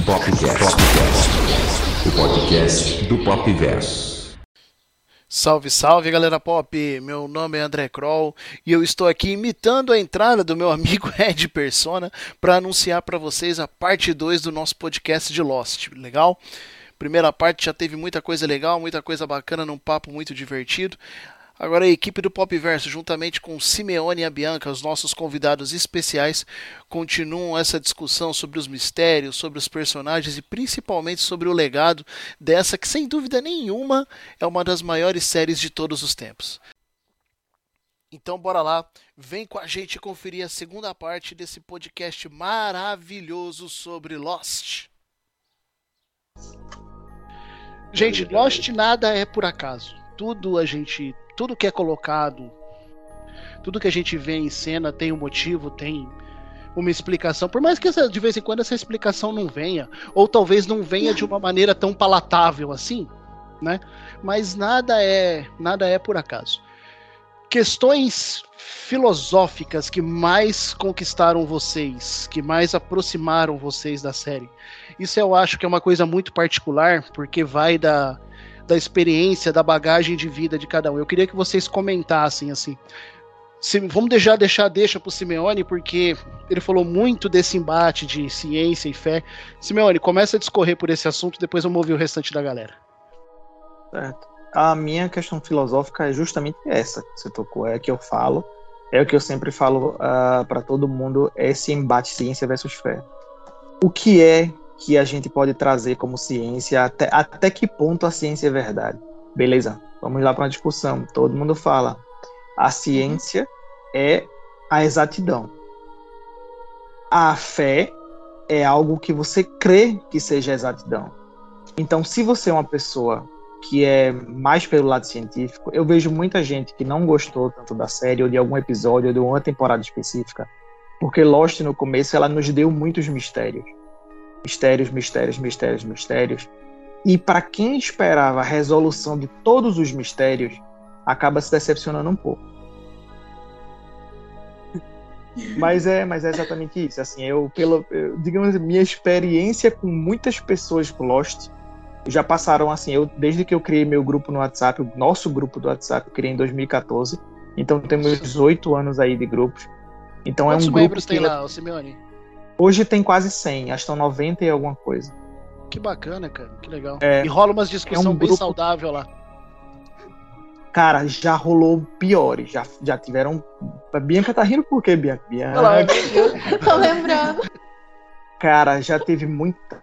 O podcast do Popverso. Salve, salve, galera pop! Meu nome é André Kroll e eu estou aqui imitando a entrada do meu amigo Ed Persona para anunciar para vocês a parte 2 do nosso podcast de Lost, legal? Primeira parte já teve muita coisa legal, muita coisa bacana, num papo muito divertido. Agora a equipe do Popverso, juntamente com o Simeone e a Bianca, os nossos convidados especiais, continuam essa discussão sobre os mistérios, sobre os personagens e principalmente sobre o legado dessa que, sem dúvida nenhuma, é uma das maiores séries de todos os tempos. Então bora lá, vem com a gente conferir a segunda parte desse podcast maravilhoso sobre Lost. Gente, Lost nada é por acaso. Tudo que é colocado, tudo que a gente vê em cena tem um motivo, tem uma explicação. Por mais que de vez em quando essa explicação não venha, ou talvez não venha de uma maneira tão palatável assim, né? Mas nada é por acaso. Questões filosóficas que mais conquistaram vocês, que mais aproximaram vocês da série. Isso eu acho que é uma coisa muito particular, porque vai da experiência, da bagagem de vida de cada um. Eu queria que vocês comentassem assim. Vamos deixa pro Simeone, porque ele falou muito desse embate de ciência e fé. Simeone, começa a discorrer por esse assunto, depois eu vou ouvir o restante da galera. Certo. A minha questão filosófica é justamente essa que você tocou, é a que eu falo, é o que eu sempre falo para todo mundo, é esse embate ciência versus fé. O que é que a gente pode trazer como ciência, até que ponto a ciência é verdade? Beleza, vamos lá para uma discussão. Todo mundo fala, a ciência é a exatidão. A fé é algo que você crê que seja exatidão. Então, se você é uma pessoa que é mais pelo lado científico, eu vejo muita gente que não gostou tanto da série, ou de algum episódio, ou de uma temporada específica, porque Lost, no começo, ela nos deu muitos mistérios. Mistérios. E para quem esperava a resolução de todos os mistérios, acaba se decepcionando um pouco. Mas é exatamente isso. Assim, digamos assim, minha experiência com muitas pessoas com Lost já passaram assim. Desde que eu criei meu grupo no WhatsApp, o nosso grupo do WhatsApp, eu criei em 2014. Então temos 8 anos aí de grupos. Então Quantos é um grupo membros tem lá, Simeone? Hoje tem quase 100, acho que estão 90 e alguma coisa. Que bacana, cara, que legal. É, e rola umas discussão bem grupo... saudável lá. Cara, já rolou piores, já tiveram... A Bianca tá rindo por quê, Bianca? Olá, tô lembrando. Cara, já teve muita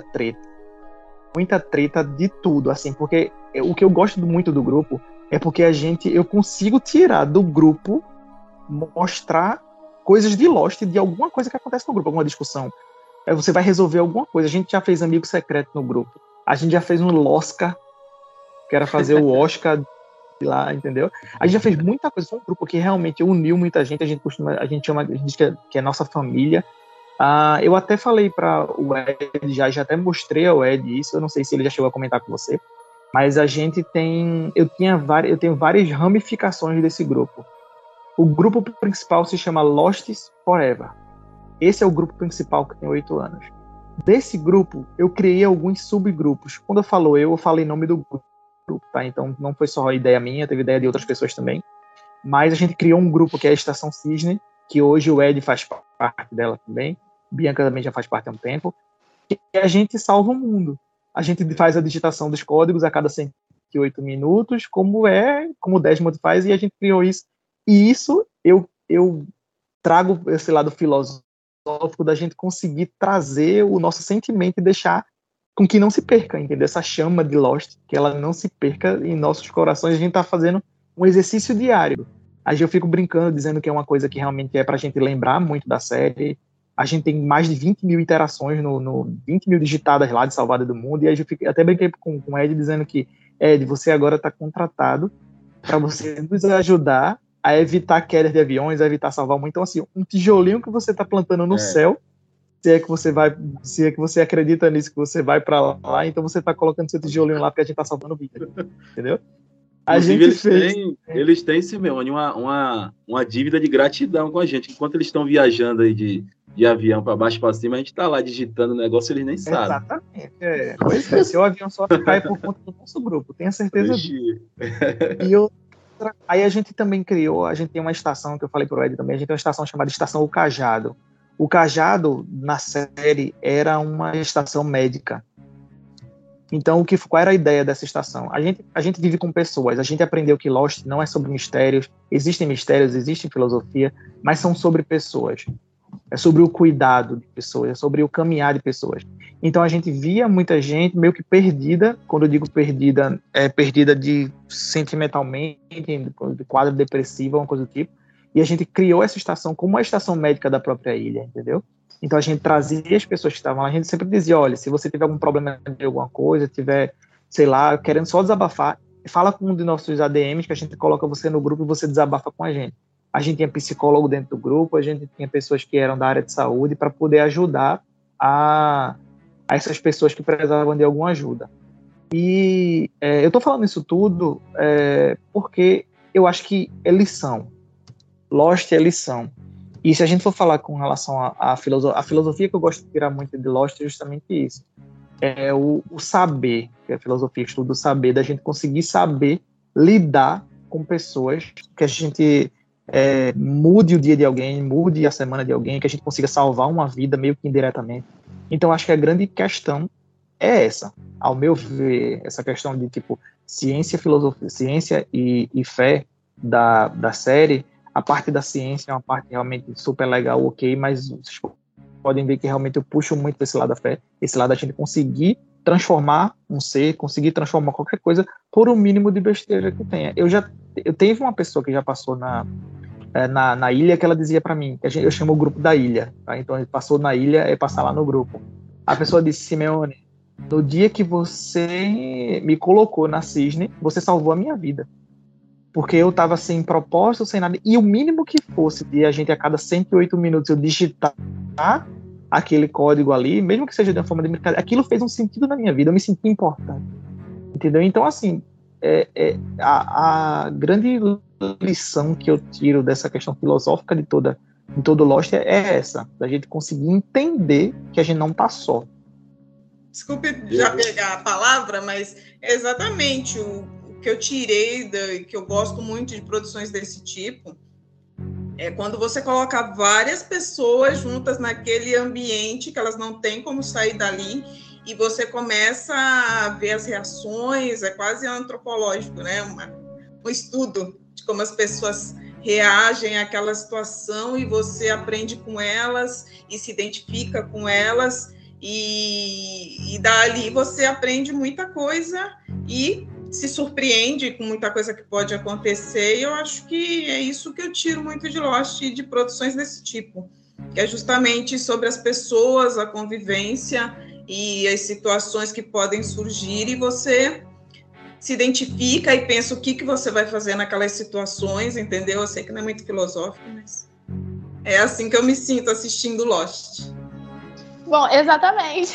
treta de tudo, assim, porque o que eu gosto muito do grupo é porque eu consigo tirar do grupo, mostrar coisas de Lost, de alguma coisa que acontece no grupo, alguma discussão. Você vai resolver alguma coisa. A gente já fez amigo secreto no grupo. A gente já fez um Loscar, que era fazer o Oscar lá, entendeu? A gente já fez muita coisa. Foi um grupo que realmente uniu muita gente. A gente diz que é nossa família. Eu até falei para o Ed, já até mostrei ao Ed isso. Eu não sei se ele já chegou a comentar com você, mas a gente eu tenho várias ramificações desse grupo. O grupo principal se chama Lost Forever. Esse é o grupo principal que tem 8 anos. Desse grupo, eu criei alguns subgrupos. Quando eu falei nome do grupo, tá? Então não foi só a ideia minha, teve ideia de outras pessoas também. Mas a gente criou um grupo que é a Estação Cisne, que hoje o Ed faz parte dela também. Bianca também já faz parte há um tempo. E a gente salva o mundo. A gente faz a digitação dos códigos a cada 108 minutos, como o Desmond faz, e a gente criou isso. E isso eu trago esse lado filosófico da gente conseguir trazer o nosso sentimento e deixar com que não se perca, entendeu? Essa chama de Lost, que ela não se perca em nossos corações. A gente está fazendo um exercício diário. Aí eu fico brincando, dizendo que é uma coisa que realmente é para a gente lembrar muito da série. A gente tem mais de 20 mil interações, 20 mil digitadas lá de Salvada do Mundo, e aí até brinquei com o Ed, dizendo que, Ed, você agora está contratado para você nos ajudar a evitar quedas de aviões, a evitar salvar o mundo. Então, assim, um tijolinho que você está plantando no céu, se é que você acredita nisso, que você vai para lá, então você está colocando seu tijolinho lá porque a gente está salvando vida, entendeu? Eles têm, Simeone, uma dívida de gratidão com a gente. Enquanto eles estão viajando aí de de avião para baixo para cima, a gente tá lá digitando o negócio, eles nem sabem. Exatamente. Pois é, seu avião só cai por conta do nosso grupo, tenha certeza disso. Aí a gente também criou, a gente tem uma estação, que eu falei pro Ed também, a gente tem uma estação chamada Estação O Cajado. O Cajado, na série, era uma estação médica. Então, qual era a ideia dessa estação? A gente vive com pessoas, a gente aprendeu que Lost não é sobre mistérios, existe filosofia, mas são sobre pessoas. É sobre o cuidado de pessoas, é sobre o caminhar de pessoas. Então, a gente via muita gente meio que perdida, quando eu digo perdida, é perdida sentimentalmente, de quadro depressivo, uma coisa do tipo, e a gente criou essa estação como uma estação médica da própria ilha, entendeu? Então a gente trazia as pessoas que estavam lá, a gente sempre dizia, olha, se você tiver algum problema de alguma coisa, tiver, sei lá, querendo só desabafar, fala com um de nossos ADMs que a gente coloca você no grupo e você desabafa com a gente. A gente tinha psicólogo dentro do grupo, a gente tinha pessoas que eram da área de saúde para poder ajudar a essas pessoas que precisavam de alguma ajuda. E eu estou falando isso tudo porque eu acho que é lição. Lost é lição. E se a gente for falar com relação à filosofia que eu gosto de tirar muito de Lost é justamente isso. É o saber, que é a filosofia, estudo do saber, da gente conseguir saber lidar com pessoas, que a gente mude o dia de alguém, mude a semana de alguém, que a gente consiga salvar uma vida meio que indiretamente. Então, acho que a grande questão é essa, ao meu ver, essa questão de tipo ciência, filosofia, ciência e fé da série. A parte da ciência é uma parte realmente super legal, ok, mas vocês podem ver que realmente eu puxo muito esse lado da fé, esse lado da gente conseguir transformar um ser, conseguir transformar qualquer coisa por um mínimo de besteira que tenha. Eu teve uma pessoa que já passou na ilha que ela dizia para mim, que eu chamo o grupo da ilha, tá? Então ele passou na ilha, é passar lá no grupo. A pessoa disse, Simeone, no dia que você me colocou na Cisne, você salvou a minha vida. Porque eu estava sem propósito, sem nada, e o mínimo que fosse de a gente a cada 108 minutos eu digitar aquele código ali, mesmo que seja de uma forma de brincadeira, aquilo fez um sentido na minha vida, eu me senti importante, entendeu? Então, assim, a grande lição que eu tiro dessa questão filosófica de todo Lost é essa, da gente conseguir entender que a gente não tá só. Desculpe já pegar a palavra, mas é exatamente o que eu tirei, que eu gosto muito de produções desse tipo, é quando você coloca várias pessoas juntas naquele ambiente que elas não têm como sair dali e você começa a ver as reações, é quase antropológico, né? Um estudo de como as pessoas reagem àquela situação e você aprende com elas e se identifica com elas e dali você aprende muita coisa e se surpreende com muita coisa que pode acontecer, e eu acho que é isso que eu tiro muito de Lost e de produções desse tipo, que é justamente sobre as pessoas, a convivência e as situações que podem surgir, e você se identifica e pensa o que você vai fazer naquelas situações, entendeu? Eu sei que não é muito filosófico, mas é assim que eu me sinto assistindo Lost. Bom, exatamente.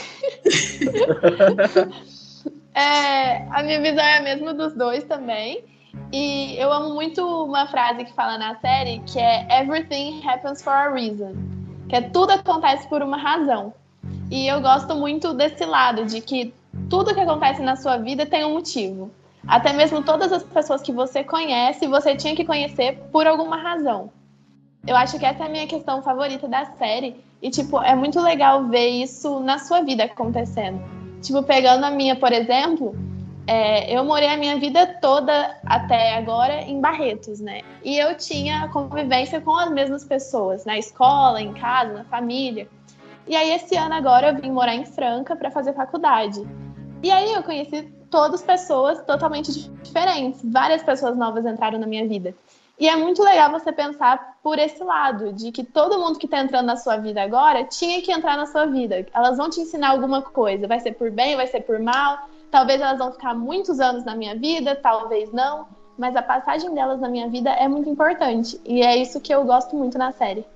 A minha visão é a mesma dos dois também. E eu amo muito uma frase que fala na série, que é Everything happens for a reason. Que é tudo acontece por uma razão. E eu gosto muito desse lado, de que tudo que acontece na sua vida tem um motivo. Até mesmo todas as pessoas que você conhece, você tinha que conhecer por alguma razão. Eu acho que essa é a minha questão favorita da série. E, tipo, é muito legal ver isso na sua vida acontecendo. Tipo, pegando a minha, por exemplo, eu morei a minha vida toda até agora em Barretos, né? E eu tinha convivência com as mesmas pessoas, na escola, em casa, na família. E aí, esse ano agora, eu vim morar em Franca para fazer faculdade. E aí, eu conheci todas pessoas totalmente diferentes. Várias pessoas novas entraram na minha vida. E é muito legal você pensar por esse lado, de que todo mundo que está entrando na sua vida agora tinha que entrar na sua vida. Elas vão te ensinar alguma coisa, vai ser por bem, vai ser por mal. Talvez elas vão ficar muitos anos na minha vida, talvez não. Mas a passagem delas na minha vida é muito importante. E é isso que eu gosto muito na série.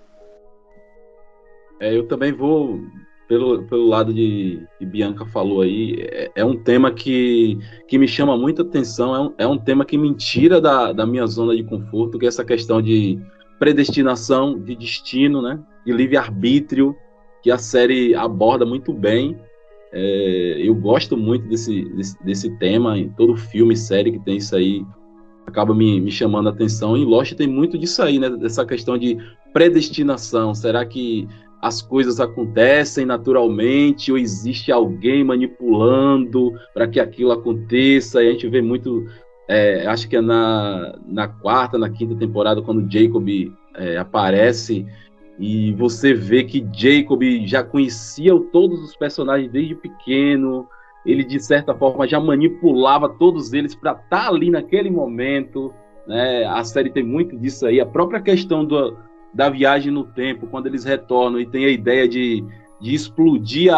Eu também vou pelo lado que Bianca falou aí. É um tema que me chama muita atenção, é um tema que me tira da minha zona de conforto, que é essa questão de predestinação, de destino, né? De livre-arbítrio, que a série aborda muito bem. Eu gosto muito desse tema, em todo filme, série que tem isso aí, acaba me chamando a atenção. E Lost tem muito disso aí, né? Dessa questão de predestinação. Será que as coisas acontecem naturalmente ou existe alguém manipulando para que aquilo aconteça? E a gente vê muito, acho que é na quarta, na quinta temporada, quando Jacob aparece, e você vê que Jacob já conhecia todos os personagens desde pequeno. Ele, de certa forma, já manipulava todos eles para estar ali naquele momento, né? A série tem muito disso aí. A própria questão da viagem no tempo, quando eles retornam e tem a ideia de explodir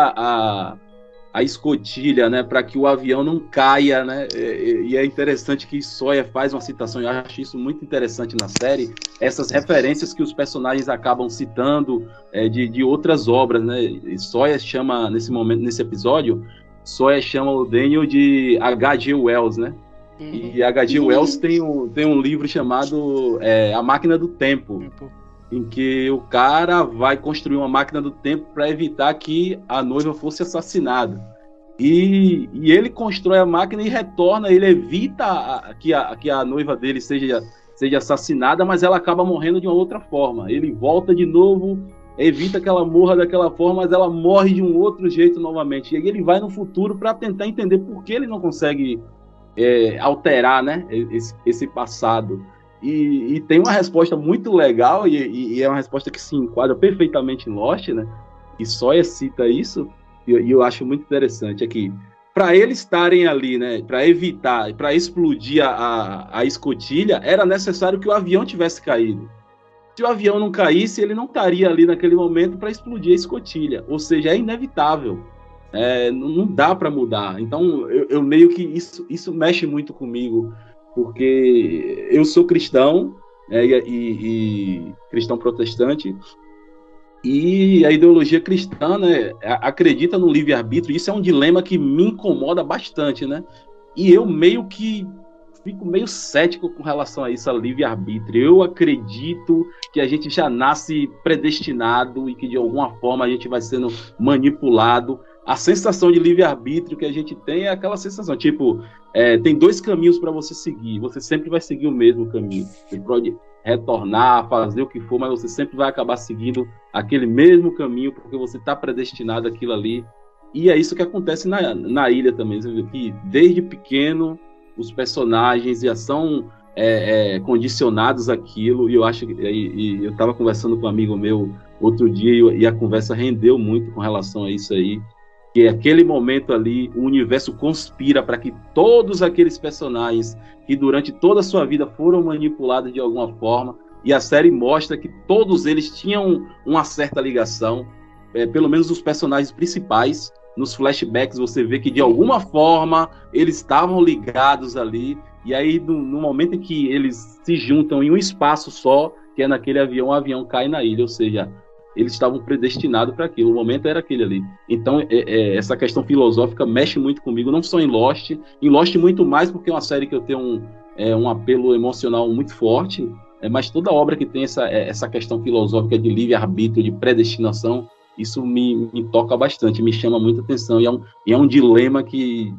a escotilha, né, para que o avião não caia, né? E é interessante que Sawyer faz uma citação, eu acho isso muito interessante na série, essas referências que os personagens acabam citando de outras obras, né? E Sawyer chama, nesse episódio, Sawyer chama o Daniel de H.G. Wells, né? E H.G. Wells tem um livro chamado A Máquina do Tempo, em que o cara vai construir uma máquina do tempo para evitar que a noiva fosse assassinada. E ele constrói a máquina e retorna, ele evita que a noiva dele seja assassinada, mas ela acaba morrendo de uma outra forma. Ele volta de novo, evita que ela morra daquela forma, mas ela morre de um outro jeito novamente. E aí ele vai no futuro para tentar entender por que ele não consegue alterar, né, esse passado. E tem uma resposta muito legal, e é uma resposta que se enquadra perfeitamente em Lost, né? E Sawyer cita isso, e eu acho muito interessante, é que para eles estarem ali, né, para evitar, para explodir a escotilha, era necessário que o avião tivesse caído. Se o avião não caísse, ele não estaria ali naquele momento para explodir a escotilha, ou seja, é inevitável. Não dá para mudar. Então, eu meio que isso mexe muito comigo, porque eu sou cristão, e cristão protestante, e a ideologia cristã, né, acredita no livre-arbítrio. Isso é um dilema que me incomoda bastante, né? E eu meio que fico meio cético com relação a isso, a livre-arbítrio. Eu acredito que a gente já nasce predestinado e que de alguma forma a gente vai sendo manipulado. A sensação de livre-arbítrio que a gente tem é aquela sensação, tipo, tem dois caminhos para você seguir, você sempre vai seguir o mesmo caminho. Você pode retornar, fazer o que for, mas você sempre vai acabar seguindo aquele mesmo caminho, porque você está predestinado àquilo ali. E é isso que acontece na ilha também. Você vê que desde pequeno os personagens já são condicionados àquilo, e eu acho que eu estava conversando com um amigo meu outro dia, e a conversa rendeu muito com relação a isso aí, que aquele momento ali, o universo conspira para que todos aqueles personagens que durante toda a sua vida foram manipulados de alguma forma, e a série mostra que todos eles tinham uma certa ligação, pelo menos os personagens principais. Nos flashbacks você vê que de alguma forma eles estavam ligados ali, e aí no momento em que eles se juntam em um espaço só, que é naquele avião, o avião cai na ilha, ou seja, eles estavam predestinados para aquilo, o momento era aquele ali. Então, essa questão filosófica mexe muito comigo, não só em Lost muito mais, porque é uma série que eu tenho um apelo emocional muito forte, mas toda obra que tem essa questão filosófica de livre-arbítrio, de predestinação, isso me toca bastante, me chama muita atenção, e é um dilema que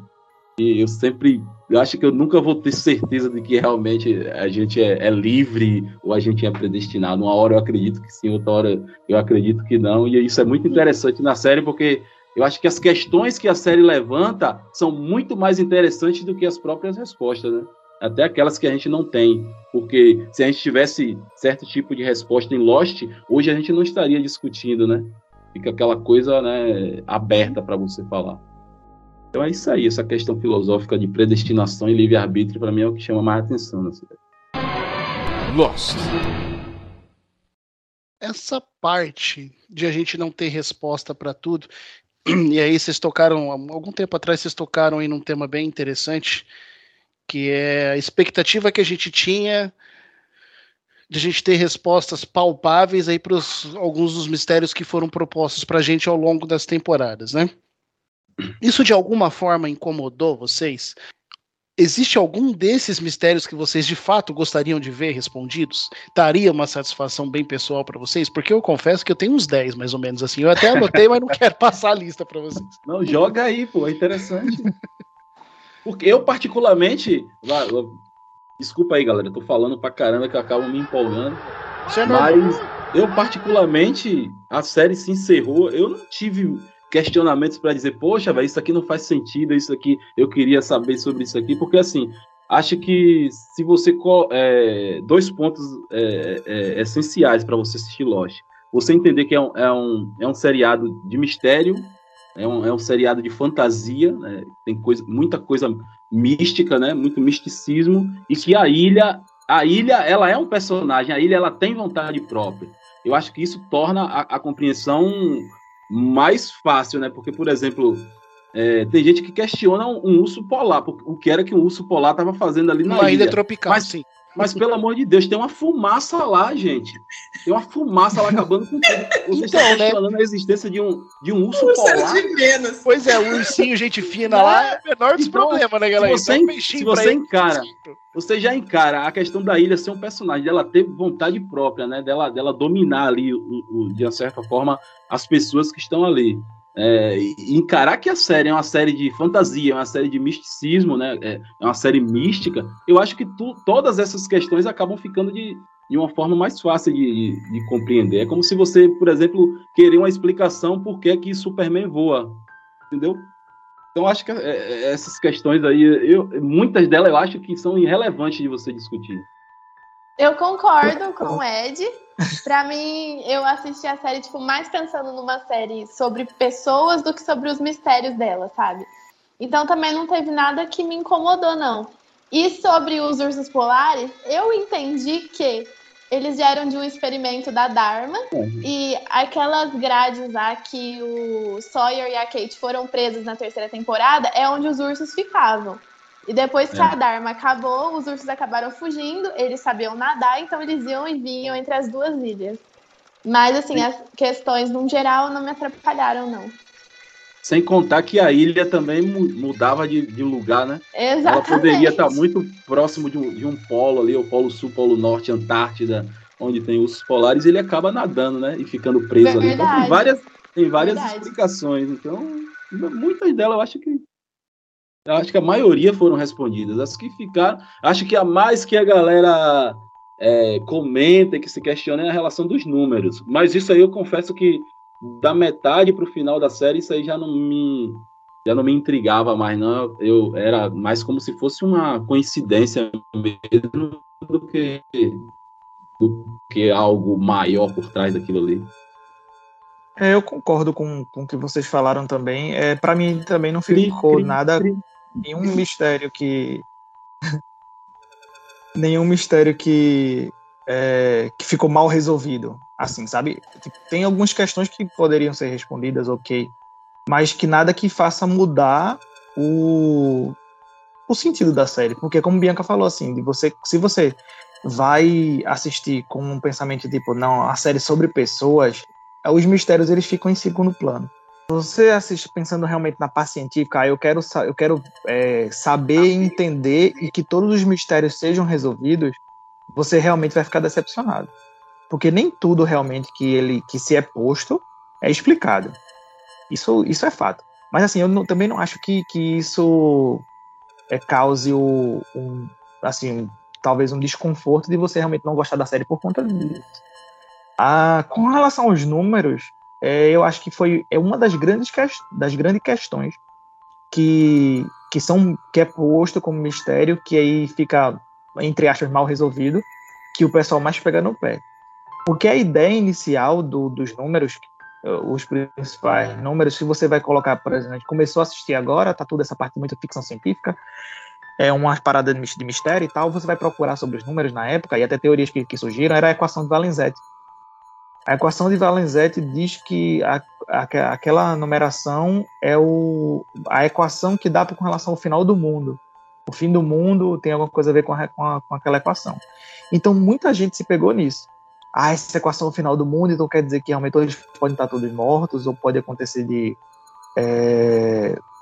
eu acho que eu nunca vou ter certeza de que realmente a gente é livre ou a gente é predestinado. Uma hora eu acredito que sim, outra hora eu acredito que não, e isso é muito interessante na série, porque eu acho que as questões que a série levanta são muito mais interessantes do que as próprias respostas, né? Até aquelas que a gente não tem, porque se a gente tivesse certo tipo de resposta em Lost, hoje a gente não estaria discutindo, né? Fica aquela coisa, né, aberta para você falar. Então é isso aí, essa questão filosófica de predestinação e livre-arbítrio, para mim é o que chama mais atenção na série. Lost. Essa parte de a gente não ter resposta para tudo, e aí vocês tocaram, algum tempo atrás vocês tocaram aí num tema bem interessante, que é a expectativa que a gente tinha de a gente ter respostas palpáveis aí para alguns dos mistérios que foram propostos para a gente ao longo das temporadas, né? Isso de alguma forma incomodou vocês? existe algum desses mistérios que vocês de fato gostariam de ver respondidos? Daria uma satisfação bem pessoal para vocês? Porque eu confesso que eu tenho uns 10, mais ou menos assim. Eu até anotei, mas não quero passar a lista para vocês. Não, joga aí, pô, é interessante. Porque eu, particularmente... Desculpa aí, galera, eu tô falando pra caramba que eu acabo me empolgando. Mas eu, particularmente, a série se encerrou. Eu não tive questionamentos para dizer, poxa, velho, isso aqui não faz sentido, isso aqui, eu queria saber sobre isso aqui, porque assim, acho que se você... dois pontos essenciais para você assistir Lost. Você entender que é um seriado de mistério, é um seriado de fantasia, né? Tem muita coisa mística, né? Muito misticismo, e que a ilha, ela é um personagem, a ilha ela tem vontade própria. Eu acho que isso torna a compreensão mais fácil, né? Porque, por exemplo, tem gente que questiona um urso polar, o que era que um urso polar estava fazendo ali na ilha. Uma ilha tropical, sim. Mas, pelo amor de Deus, tem uma fumaça lá, gente. Tem uma fumaça lá acabando com tudo. Você está questionando a existência de um urso polar. De menos. Pois é, o ursinho, gente fina lá, é o menor dos problemas, né, galera? Se você encara, você já encara a questão da ilha ser um personagem, dela ter vontade própria, né? Dela dominar ali, de uma certa forma, as pessoas que estão ali. E encarar que a série é uma série de fantasia, é uma série de misticismo, né? É uma série mística. Eu acho que todas essas questões acabam ficando de uma forma mais fácil de compreender. É como se você, por exemplo, querer uma explicação por que Superman voa, entendeu? Então, acho que essas questões aí, muitas delas eu acho que são irrelevantes de você discutir. Eu concordo com o Ed. Pra mim, eu assisti a série, mais pensando numa série sobre pessoas do que sobre os mistérios dela, sabe? Então também não teve nada que me incomodou, não. E sobre os ursos polares, eu entendi que eles vieram de um experimento da Dharma e aquelas grades lá que o Sawyer e a Kate foram presos na 3ª temporada é onde os ursos ficavam. E depois que a Dharma acabou, os ursos acabaram fugindo, eles sabiam nadar, então eles iam e vinham entre as duas ilhas. Mas, assim, as questões, no geral, não me atrapalharam, não. Sem contar que a ilha também mudava de lugar, né? Exatamente. Ela poderia estar muito próximo de um polo ali, o Polo Sul, Polo Norte, Antártida, onde tem ursos polares, e ele acaba nadando, né? E ficando preso ali. Então, tem várias explicações. Então, muitas delas eu acho que a maioria foram respondidas. As que ficaram... Acho que a mais que a galera comenta e que se questiona é a relação dos números. Mas isso aí eu confesso que da metade para o final da série, isso aí já não me intrigava mais, não. Eu era mais como se fosse uma coincidência mesmo do que algo maior por trás daquilo ali. Eu concordo com o que vocês falaram também. Para mim também não ficou nenhum mistério que ficou mal resolvido, assim, sabe? Tem algumas questões que poderiam ser respondidas, ok, mas que nada que faça mudar o sentido da série, porque como Bianca falou, assim, se você vai assistir com um pensamento tipo, não, a série sobre pessoas, os mistérios eles ficam em segundo plano. Você assiste pensando realmente na parte científica, eu quero saber e entender e que todos os mistérios sejam resolvidos, você realmente vai ficar decepcionado. Porque nem tudo realmente que se é posto é explicado. Isso é fato. Mas assim, eu também não acho que isso cause talvez um desconforto de você realmente não gostar da série por conta disso. Com relação aos números, eu acho que é uma das grandes questões que é posto como mistério, que aí fica, entre aspas, mal resolvido, que o pessoal mais pega no pé. Porque a ideia inicial dos números, os principais números, se você vai colocar, por exemplo, a gente começou a assistir agora, tá toda essa parte muito ficção científica, umas paradas de mistério e tal, você vai procurar sobre os números na época, e até teorias que surgiram, era a equação de Valenzetti. A equação de Valenzetti diz que aquela numeração é a equação que dá com relação ao final do mundo. O fim do mundo tem alguma coisa a ver com aquela equação. Então, muita gente se pegou nisso. Essa equação é o final do mundo, então quer dizer que realmente eles podem estar todos mortos, ou pode acontecer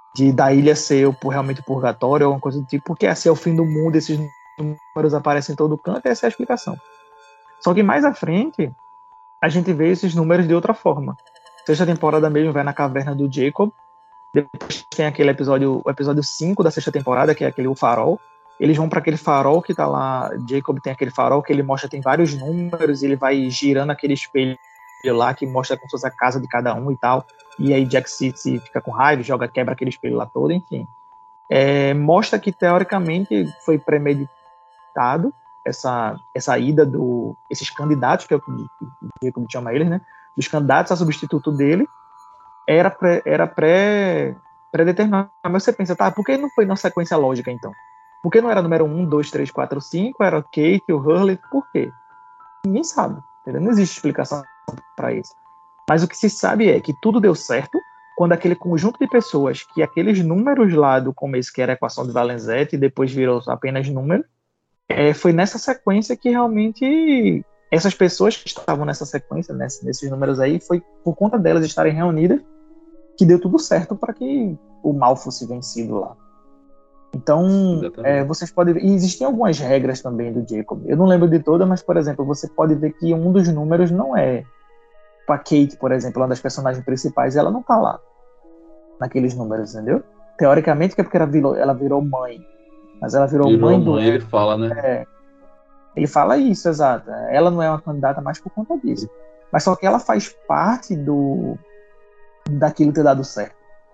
da ilha ser realmente o purgatório, ou alguma coisa do tipo, porque assim é o fim do mundo, esses números aparecem em todo canto, essa é a explicação. Só que mais à frente, a gente vê esses números de outra forma. Sexta temporada mesmo vai na caverna do Jacob, depois tem aquele episódio, o episódio 5 da sexta temporada, que é aquele O Farol. Eles vão para aquele farol que tá lá, Jacob tem aquele farol que ele mostra, tem vários números, e ele vai girando aquele espelho lá que mostra como se fosse a casa de cada um e tal, e aí Jack City fica com raiva, quebra aquele espelho lá todo, enfim. Mostra que teoricamente foi premeditado essa ida esses candidatos, que é o que Jacob chama eles, né, dos candidatos a substituto dele, era pré-determinado. Mas você pensa, tá, por que não foi na sequência lógica então? Por que não era número 1, 2, 3, 4, 5, era o Kate, o Hurley, por quê? Ninguém sabe, entendeu? Não existe explicação para isso. Mas o que se sabe é que tudo deu certo quando aquele conjunto de pessoas, que aqueles números lá do começo, que era a equação de Valenzetti, e depois virou apenas número, foi nessa sequência que realmente essas pessoas que estavam nessa sequência, nesses números aí, foi por conta delas estarem reunidas que deu tudo certo para que o mal fosse vencido lá. Então, vocês podem ver, e existem algumas regras também do Jacob. Eu não lembro de todas, mas, por exemplo, você pode ver que um dos números não é... A Kate, por exemplo, uma das personagens principais, ela não tá lá naqueles números, entendeu? Teoricamente, que é porque ela virou mãe. Mas ela virou mãe do... Ele fala, né? Ele fala isso, exato. Ela não é uma candidata mais por conta disso. Mas só que ela faz parte daquilo ter dado certo.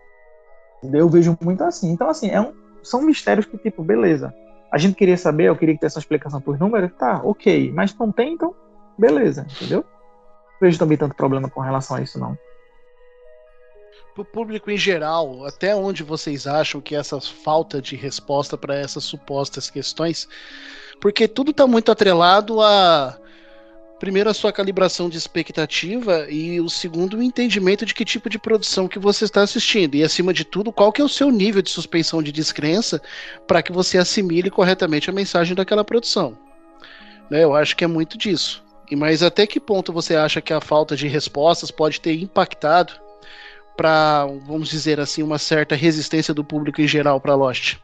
Eu vejo muito assim. Então, assim, são mistérios que, tipo, beleza. A gente queria saber, eu queria ter essa explicação por números, tá, ok. Mas não tem, então, beleza, entendeu? Não vejo também tanto problema com relação a isso, não. Para o público em geral, até onde vocês acham que essa falta de resposta para essas supostas questões, porque tudo está muito atrelado a, primeiro, a sua calibração de expectativa e o segundo, o entendimento de que tipo de produção que você está assistindo e, acima de tudo, qual que é o seu nível de suspensão de descrença para que você assimile corretamente a mensagem daquela produção. Né, eu acho que é muito disso. Mas até que ponto você acha que a falta de respostas pode ter impactado para, vamos dizer assim, uma certa resistência do público em geral para Lost?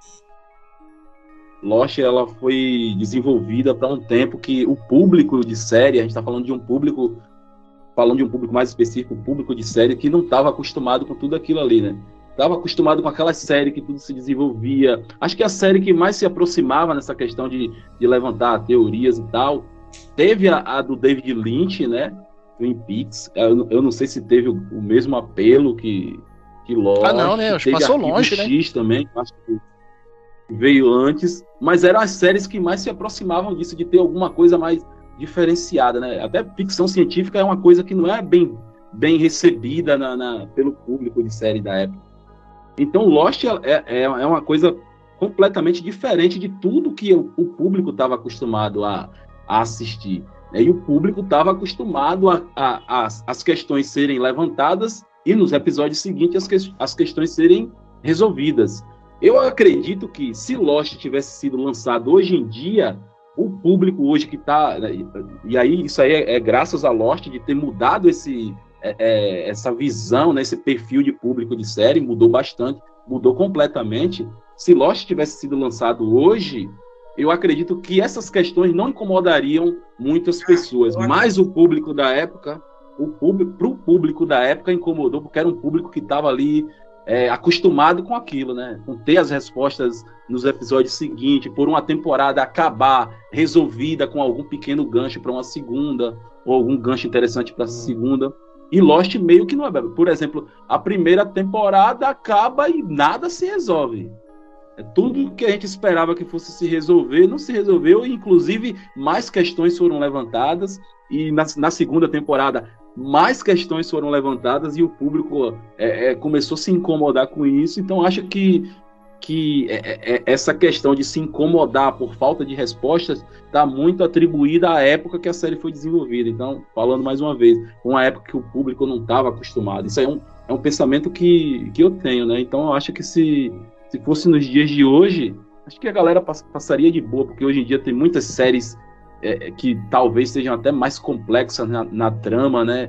Lost, ela foi desenvolvida para um tempo que o público de série, a gente está falando de um público mais específico, o público de série que não estava acostumado com tudo aquilo ali, né? Estava acostumado com aquela série que tudo se desenvolvia. Acho que a série que mais se aproximava nessa questão de levantar teorias e tal, teve a do David Lynch, né? Twin Peaks. Eu não sei se teve o mesmo apelo que Lost. Não, né? Acho que passou longe, né? X também, acho que veio antes, mas eram as séries que mais se aproximavam disso, de ter alguma coisa mais diferenciada, né? Até ficção científica é uma coisa que não é bem recebida pelo público de série da época. Então Lost é uma coisa completamente diferente de tudo que o público estava acostumado a assistir. E o público estava acostumado as questões serem levantadas e nos episódios seguintes as questões serem resolvidas. Eu acredito que se Lost tivesse sido lançado hoje em dia, o público hoje que está... E aí isso aí é graças a Lost de ter mudado essa visão, né, esse perfil de público de série, mudou bastante, mudou completamente. Se Lost tivesse sido lançado hoje, eu acredito que essas questões não incomodariam muitas pessoas, mas o público da época, pro público da época incomodou, porque era um público que estava ali acostumado com aquilo, né? Com ter as respostas nos episódios seguintes, por uma temporada acabar resolvida com algum pequeno gancho para uma segunda, ou algum gancho interessante para a segunda. E Lost meio que não é. Por exemplo, a primeira temporada acaba e nada se resolve. Tudo que a gente esperava que fosse se resolver, não se resolveu, e inclusive mais questões foram levantadas, e na segunda temporada mais questões foram levantadas, e o público começou a se incomodar com isso. Então acho que essa questão de se incomodar por falta de respostas está muito atribuída à época que a série foi desenvolvida. Então, falando mais uma vez, uma época que o público não estava acostumado. Isso aí é um pensamento que eu tenho, né? Então eu acho que se fosse nos dias de hoje, acho que a galera passaria de boa, porque hoje em dia tem muitas séries que talvez sejam até mais complexas na trama, né?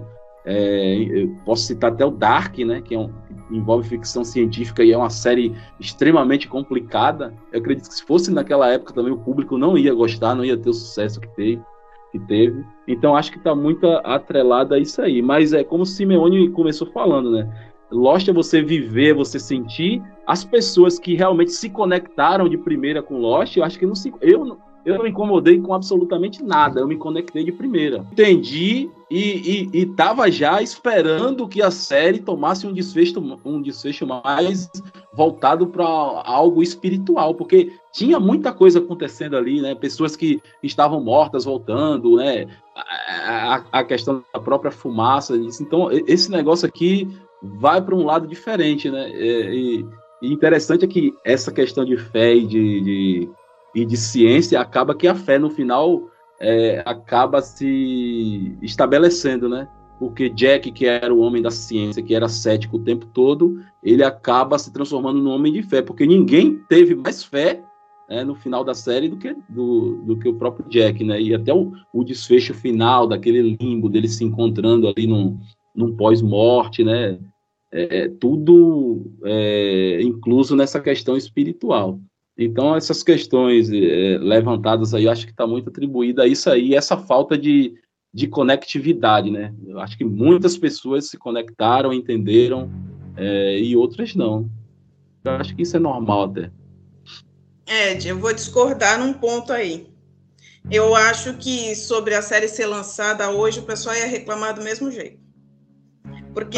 Eu posso citar até o Dark, né, que envolve ficção científica e é uma série extremamente complicada. Eu acredito que se fosse naquela época também o público não ia gostar, não ia ter o sucesso que teve. Então acho que está muito atrelado a isso aí. Mas é como o Simeone começou falando, né? Lost é você viver, você sentir as pessoas que realmente se conectaram de primeira com Lost. Eu acho que eu não me incomodei com absolutamente nada, eu me conectei de primeira. Entendi e tava já esperando que a série tomasse um desfecho mais voltado para algo espiritual, porque tinha muita coisa acontecendo ali, né? Pessoas que estavam mortas voltando, né? A questão da própria fumaça. Então, esse negócio aqui vai para um lado diferente, né? E interessante é que essa questão de fé e de ciência, acaba que a fé no final acaba se estabelecendo, né? Porque Jack, que era o homem da ciência, que era cético o tempo todo, ele acaba se transformando num homem de fé, porque ninguém teve mais fé, né, no final da série do que o próprio Jack, né? E até o desfecho final daquele limbo dele se encontrando ali num pós-morte, né? Tudo incluso nessa questão espiritual. Então, essas questões levantadas aí, eu acho que está muito atribuída a isso aí, essa falta de conectividade, né? Eu acho que muitas pessoas se conectaram, entenderam, e outras não. Eu acho que isso é normal até. Ed, eu vou discordar num ponto aí. Eu acho que sobre a série ser lançada hoje, o pessoal ia reclamar do mesmo jeito. Porque...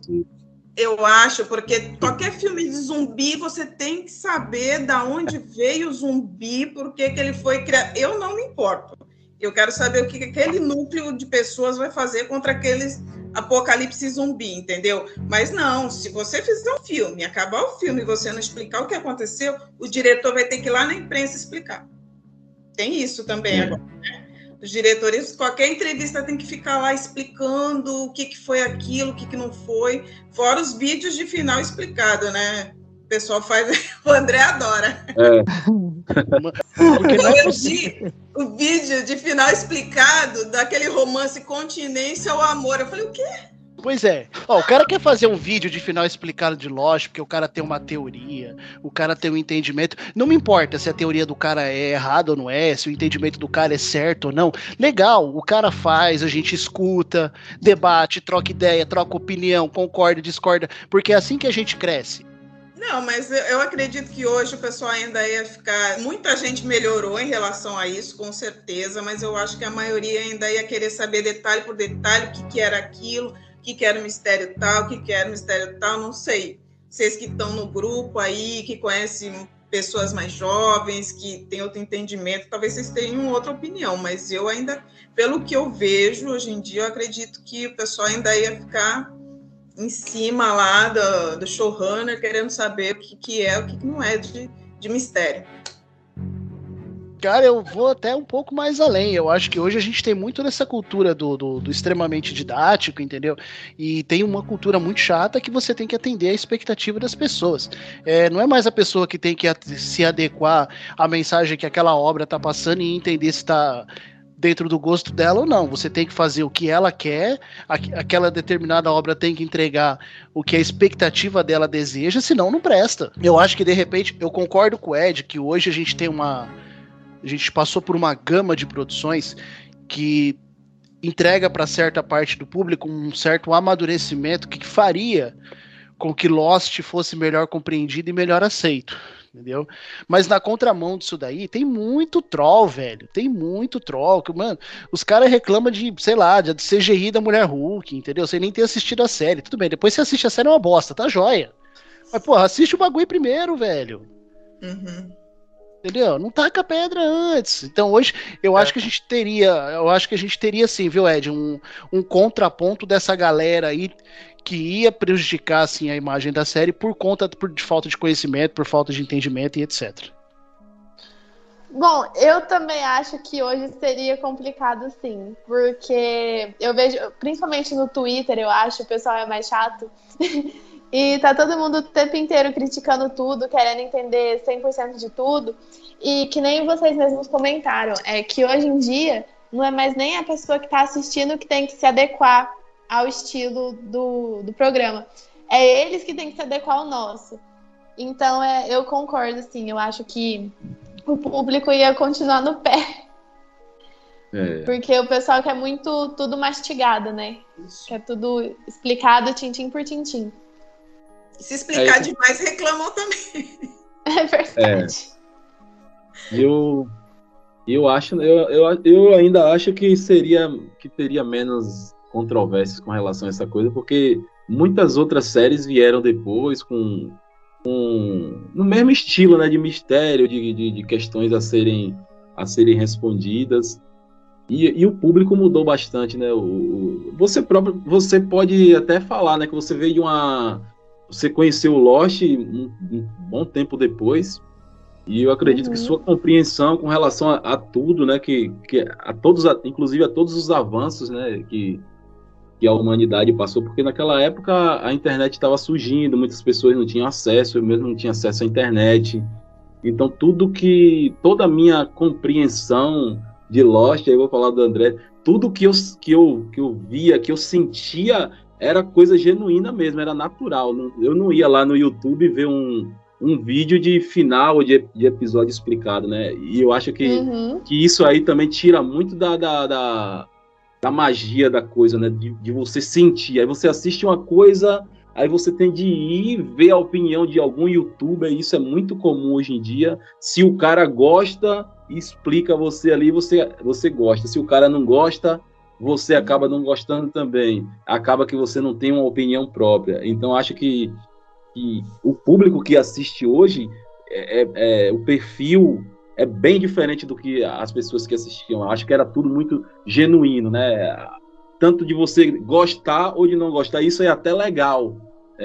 porque qualquer filme de zumbi, você tem que saber de onde veio o zumbi, por que ele foi criado. Eu não me importo. Eu quero saber o que aquele núcleo de pessoas vai fazer contra aqueles apocalipse zumbi, entendeu? Mas não, se você fizer um filme, acabar o filme e você não explicar o que aconteceu, o diretor vai ter que ir lá na imprensa explicar. Tem isso também agora, né? Os diretores, qualquer entrevista tem que ficar lá explicando o que foi aquilo, o que não foi, fora os vídeos de final explicado, né? O pessoal faz, o André adora. Porque não é possível. O vídeo de final explicado daquele romance Continência ao Amor. Eu falei, o quê? Pois é. Ó, o cara quer fazer um vídeo de final explicado de Lost, porque o cara tem uma teoria, o cara tem um entendimento. Não me importa se a teoria do cara é errada ou não é, se o entendimento do cara é certo ou não. Legal, o cara faz, a gente escuta, debate, troca ideia, troca opinião, concorda, discorda, porque é assim que a gente cresce. Não, mas eu acredito que hoje o pessoal ainda ia ficar... Muita gente melhorou em relação a isso, com certeza, mas eu acho que a maioria ainda ia querer saber detalhe por detalhe o que era aquilo, o que era o mistério tal, o que era o mistério tal, não sei. Vocês que estão no grupo aí, que conhecem pessoas mais jovens, que têm outro entendimento, talvez vocês tenham outra opinião, mas eu ainda, pelo que eu vejo hoje em dia, eu acredito que o pessoal ainda ia ficar em cima lá do showrunner, querendo saber o que é, o que não é de mistério. Cara, eu vou até um pouco mais além. Eu acho que hoje a gente tem muito dessa cultura do extremamente didático, entendeu? E tem uma cultura muito chata que você tem que atender a expectativa das pessoas. Não é mais a pessoa que tem que se adequar à mensagem que aquela obra está passando e entender se está dentro do gosto dela ou não. Você tem que fazer o que ela quer, aquela determinada obra tem que entregar o que a expectativa dela deseja, senão não presta. Eu acho que, de repente, eu concordo com o Ed, que hoje a gente passou por uma gama de produções que entrega para certa parte do público um certo amadurecimento que faria com que Lost fosse melhor compreendido e melhor aceito, entendeu? Mas na contramão disso daí, tem muito troll, velho. Tem muito troll. Mano, os caras reclamam de, sei lá, de CGI da Mulher Hulk, entendeu? Sem nem ter assistido a série. Tudo bem, depois você assiste a série é uma bosta, tá joia. Mas, porra, assiste o bagulho primeiro, velho. Uhum. Entendeu? Não taca pedra antes. Então hoje eu acho que a gente teria sim, viu, Ed, um contraponto dessa galera aí que ia prejudicar assim a imagem da série por conta de falta de conhecimento, por falta de entendimento e etc. Bom, eu também acho que hoje seria complicado sim, porque eu vejo, principalmente no Twitter, eu acho, o pessoal é mais chato. E tá todo mundo o tempo inteiro criticando tudo, querendo entender 100% de tudo. E que nem vocês mesmos comentaram, é que hoje em dia não é mais nem a pessoa que tá assistindo que tem que se adequar ao estilo do programa. É eles que têm que se adequar ao nosso. Então, eu concordo, assim, eu acho que o público ia continuar no pé. Porque o pessoal quer muito tudo mastigado, né? Quer tudo explicado tintim por tintim. Se explicar demais, reclamam também. É verdade. Eu acho, eu ainda acho que teria menos controvérsias com relação a essa coisa, porque muitas outras séries vieram depois no mesmo estilo, né, de mistério, de questões a serem respondidas. E o público mudou bastante, né? Você pode até falar, né, que você veio você conheceu o Lost um bom tempo depois, e eu acredito que sua compreensão com relação a tudo, né, que a todos, inclusive a todos os avanços, né, que a humanidade passou, porque naquela época a internet estava surgindo, muitas pessoas não tinham acesso, eu mesmo não tinha acesso à internet. Então toda a minha compreensão de Lost, aí eu vou falar do André, tudo que eu via, que eu sentia, era coisa genuína mesmo, era natural. Eu não ia lá no YouTube ver um vídeo de final de episódio explicado, né? E eu acho que isso aí também tira muito da magia da coisa, né? De você sentir. Aí você assiste uma coisa, aí você tem de ir ver a opinião de algum youtuber, isso é muito comum hoje em dia. Se o cara gosta e explica você ali, você gosta. Se o cara não gosta, você acaba não gostando também. Acaba que você não tem uma opinião própria. Então, acho que o público que assiste hoje, o perfil é bem diferente do que as pessoas que assistiam. Acho que era tudo muito genuíno, né? Tanto de você gostar ou de não gostar, isso é até legal.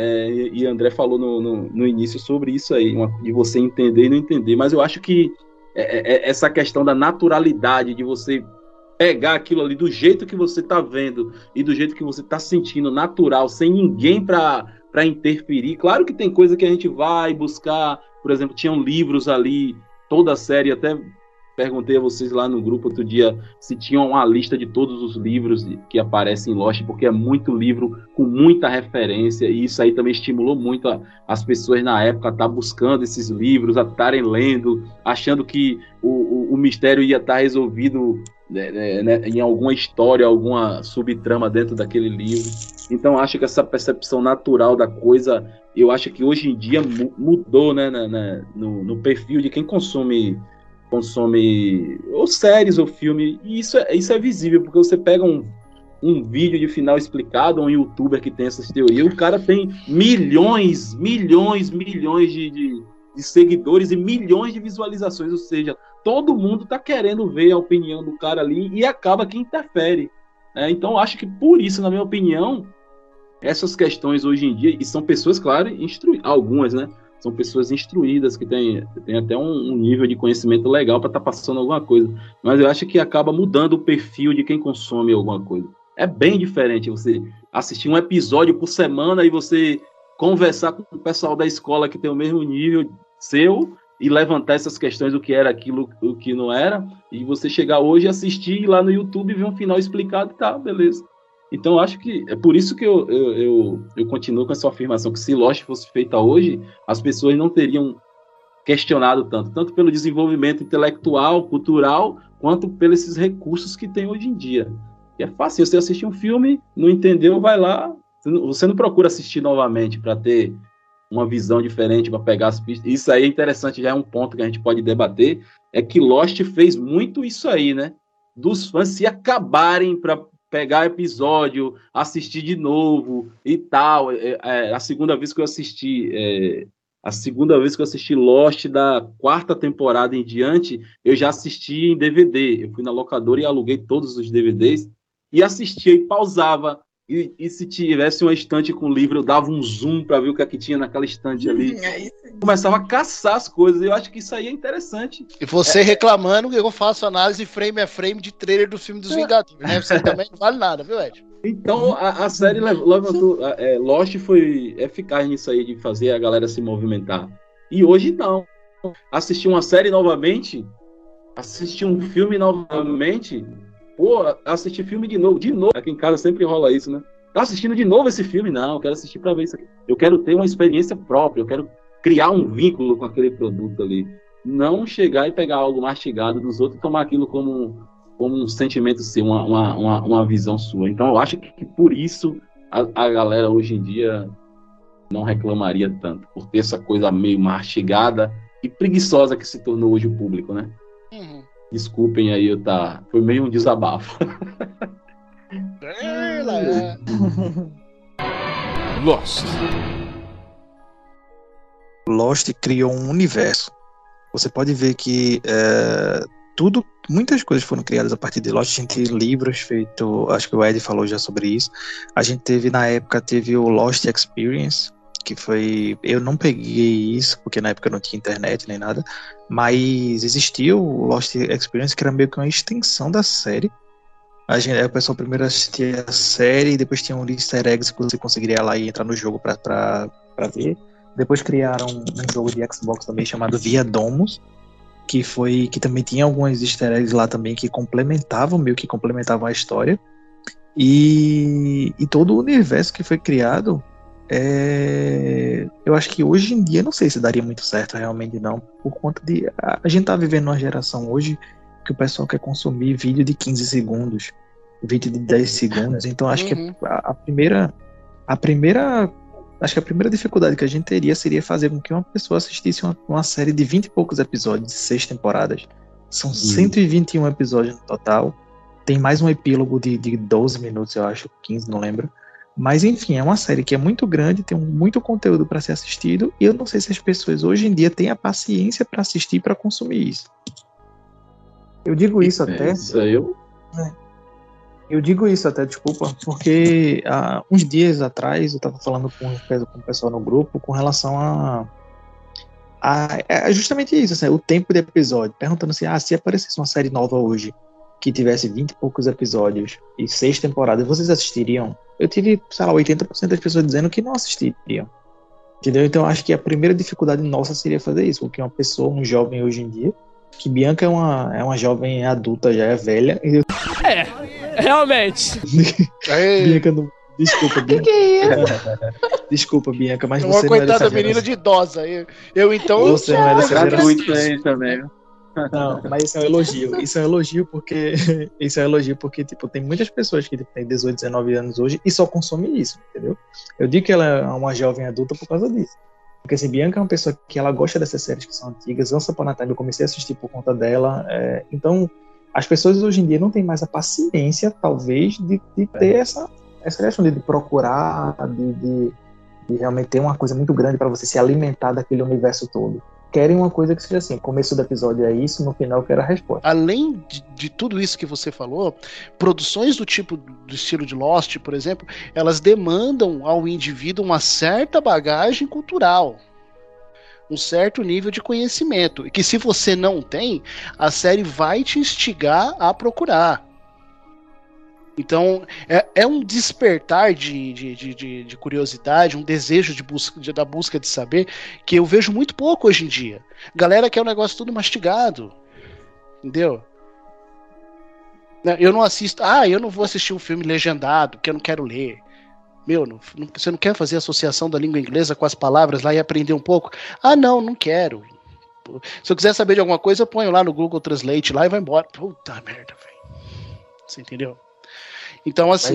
E André falou no início sobre isso aí, de você entender e não entender. Mas eu acho que essa questão da naturalidade, de você pegar aquilo ali do jeito que você está vendo e do jeito que você está sentindo, natural, sem ninguém para interferir. Claro que tem coisa que a gente vai buscar, por exemplo, tinham livros ali, toda a série, até perguntei a vocês lá no grupo outro dia se tinham uma lista de todos os livros que aparecem em Lost, porque é muito livro com muita referência, e isso aí também estimulou muito as pessoas na época a estar buscando esses livros, a estarem lendo, achando que o mistério ia estar resolvido, né, em alguma história, alguma subtrama dentro daquele livro. Então acho que essa percepção natural da coisa, eu acho que hoje em dia mudou, né, no perfil de quem consome ou séries ou filme, e isso é visível, porque você pega um vídeo de final explicado, um youtuber que tem essas teorias, o cara tem milhões de seguidores e milhões de visualizações, ou seja, todo mundo tá querendo ver a opinião do cara ali e acaba que interfere, né? Então acho que por isso, na minha opinião, essas questões hoje em dia, e são pessoas, claro, algumas, né? São pessoas instruídas, que têm até um nível de conhecimento legal para estar passando alguma coisa. Mas eu acho que acaba mudando o perfil de quem consome alguma coisa. É bem diferente você assistir um episódio por semana e você conversar com o pessoal da escola que tem o mesmo nível seu e levantar essas questões do que era aquilo, o que não era, e você chegar hoje e assistir lá no YouTube e ver um final explicado e tá, beleza. Então, acho que é por isso que eu continuo com essa afirmação, que se Lost fosse feita hoje, as pessoas não teriam questionado tanto pelo desenvolvimento intelectual, cultural, quanto pelos esses recursos que tem hoje em dia. E é fácil, você assistir um filme, não entendeu, vai lá, você não procura assistir novamente para ter uma visão diferente, para pegar as pistas. Isso aí é interessante, já é um ponto que a gente pode debater, é que Lost fez muito isso aí, né? Dos fãs se acabarem para pegar episódio, assistir de novo e tal. A segunda vez que eu assisti Lost da 4ª temporada em diante, eu já assisti em DVD. Eu fui na locadora e aluguei todos os DVDs e assistia e pausava. E se tivesse uma estante com livro, eu dava um zoom para ver o que é que tinha naquela estante ali. Começava a caçar as coisas. Eu acho que isso aí é interessante. E você reclamando que eu faço análise frame a frame de trailer do filme dos Vingadores, né? Você também não vale nada, viu, Ed? Então, a série levantou... Lost foi eficaz nisso aí, de fazer a galera se movimentar. E hoje não. Assistir uma série novamente, assistir um filme novamente... Pô, assistir filme de novo. Aqui em casa sempre rola isso, né? assistindo de novo esse filme, não, eu quero assistir para ver isso aqui. Eu quero ter uma experiência própria, eu quero criar um vínculo com aquele produto ali. Não chegar e pegar algo mastigado dos outros e tomar aquilo como um sentimento seu, uma visão sua. Então eu acho que por isso a galera hoje em dia não reclamaria tanto, por ter essa coisa meio mastigada e preguiçosa que se tornou hoje o público, né? Uhum. Desculpem aí, foi meio um desabafo. Lost. Lost criou um universo. Você pode ver que muitas coisas foram criadas a partir de Lost. A gente tem livros feitos, acho que o Ed falou já sobre isso. A gente teve, na época, o Lost Experience, que foi... Eu não peguei isso, porque na época não tinha internet nem nada, mas existia o Lost Experience, que era meio que uma extensão da série. O pessoal primeiro assistia a série, e depois tinha um easter eggs que você conseguiria ir lá e entrar no jogo pra ver. Depois criaram um jogo de Xbox também chamado Via Domus, que também tinha alguns easter eggs lá também que complementavam a história. E todo o universo que foi criado, eu acho que hoje em dia, não sei se daria muito certo realmente não, por conta de... A gente tá vivendo uma geração hoje que o pessoal quer consumir vídeo de 15 segundos, vídeo de 10 segundos, então acho que a primeira dificuldade que a gente teria seria fazer com que uma pessoa assistisse uma série de 20 e poucos episódios, de 6 temporadas. São 121 episódios no total. Tem mais um epílogo de 12 minutos, eu acho, 15, não lembro. Mas enfim, é uma série que é muito grande, tem muito conteúdo para ser assistido, e eu não sei se as pessoas hoje em dia têm a paciência para assistir e para consumir isso. Eu digo isso até... Eu digo isso até, desculpa, porque há uns dias atrás eu estava falando com o pessoal no grupo com relação a justamente isso, assim, o tempo de episódio, perguntando assim, se aparecesse uma série nova hoje, que tivesse 20 e poucos episódios e 6 temporadas, vocês assistiriam? Eu tive, 80% das pessoas dizendo que não assistiriam. Entendeu? Então acho que a primeira dificuldade nossa seria fazer isso, porque uma pessoa, um jovem hoje em dia, que Bianca é uma jovem adulta, já é velha. Realmente. Bianca, não... Desculpa, Bianca. Que é isso? Desculpa, Bianca, mas Uma você não é coitada dessa menina geração. de idosa. Eu então... Você não é dessa geração. Gratuito aí também. Não, mas isso é um elogio. Isso é um elogio porque tipo, tem muitas pessoas que têm 18, 19 anos hoje e só consomem isso, entendeu? Eu digo que ela é uma jovem adulta por causa disso. Porque assim, Bianca é uma pessoa que ela gosta dessas séries que são antigas. Once Upon a Time eu comecei a assistir por conta dela. Então, as pessoas hoje em dia não têm mais a paciência, talvez, de ter essa questão de procurar, de realmente ter uma coisa muito grande para você se alimentar daquele universo todo. Querem uma coisa que seja assim, começo do episódio é isso, no final eu quero a resposta. Além de tudo isso que você falou, produções do estilo de Lost, por exemplo, elas demandam ao indivíduo uma certa bagagem cultural, um certo nível de conhecimento, e que se você não tem, a série vai te instigar a procurar. Então, é um despertar de curiosidade, um desejo da busca de saber, que eu vejo muito pouco hoje em dia. Galera quer um negócio tudo mastigado, entendeu? Eu não assisto... eu não vou assistir um filme legendado, porque eu não quero ler. Você não quer fazer associação da língua inglesa com as palavras lá e aprender um pouco? Não quero. Se eu quiser saber de alguma coisa, eu ponho lá no Google Translate lá e vai embora. Puta merda, velho. Você entendeu? Então, assim,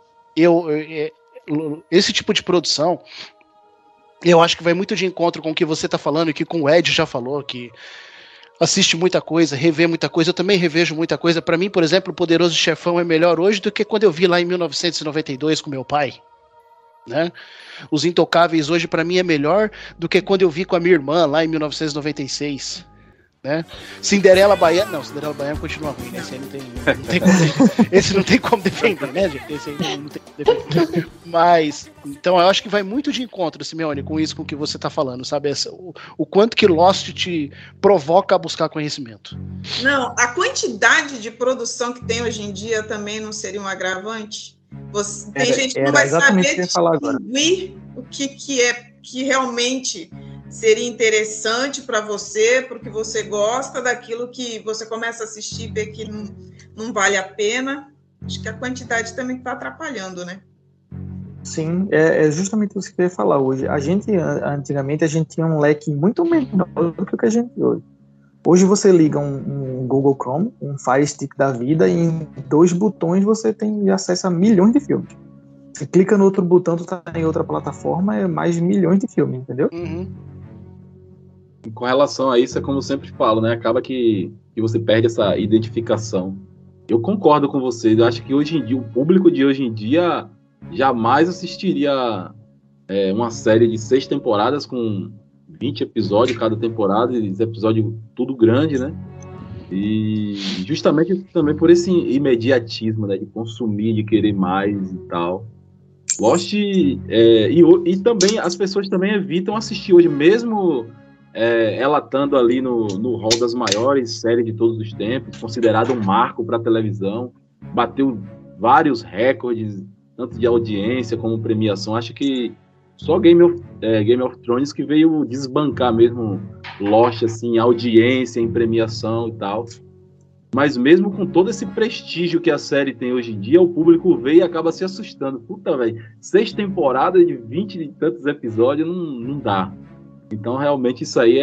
esse tipo de produção, eu acho que vai muito de encontro com o que você está falando e que com o Ed já falou, que assiste muita coisa, revê muita coisa. Eu também revejo muita coisa. Para mim, por exemplo, o Poderoso Chefão é melhor hoje do que quando eu vi lá em 1992 com meu pai. Né? Os Intocáveis hoje, para mim, é melhor do que quando eu vi com a minha irmã lá em 1996. Né? Cinderela Baiana. Não, Cinderela Baiana continua ruim, né? Esse não tem como defender, né, gente? Esse aí não tem como defender. Mas, então eu acho que vai muito de encontro, Simeone, com isso, com o que você tá falando, sabe? O quanto que Lost te provoca a buscar conhecimento. Não, a quantidade de produção que tem hoje em dia também não seria um agravante? Tem gente que não vai saber distinguir o que realmente seria interessante para você, porque você gosta daquilo que você começa a assistir e vê que não vale a pena. Acho que a quantidade também está atrapalhando, né? Sim, é justamente isso que eu ia falar hoje. Antigamente, a gente tinha um leque muito menor do que o que a gente tem hoje. Hoje você liga um Google Chrome, um Fire Stick da vida, e em 2 botões você tem acesso a milhões de filmes. Você clica no outro botão, tu tá em outra plataforma, é mais de milhões de filmes, entendeu? Uhum. E com relação a isso, é como eu sempre falo, né? Acaba que você perde essa identificação. Eu concordo com vocês. Eu acho que hoje em dia, o público de hoje em dia jamais assistiria uma série de 6 temporadas com 20 episódios cada temporada, e esse episódio tudo grande, né? E justamente também por esse imediatismo, né? De consumir, de querer mais e tal. Lost, e também as pessoas também evitam assistir hoje, mesmo ela estando ali no hall das maiores séries de todos os tempos, considerada um marco para a televisão, bateu vários recordes, tanto de audiência como premiação. Acho que só Game of Thrones que veio desbancar mesmo Lost, assim, audiência, em premiação e tal. Mas mesmo com todo esse prestígio que a série tem hoje em dia, o público vê e acaba se assustando. Puta, velho, 6 temporadas de 20 e tantos episódios não dá. Então, realmente, isso aí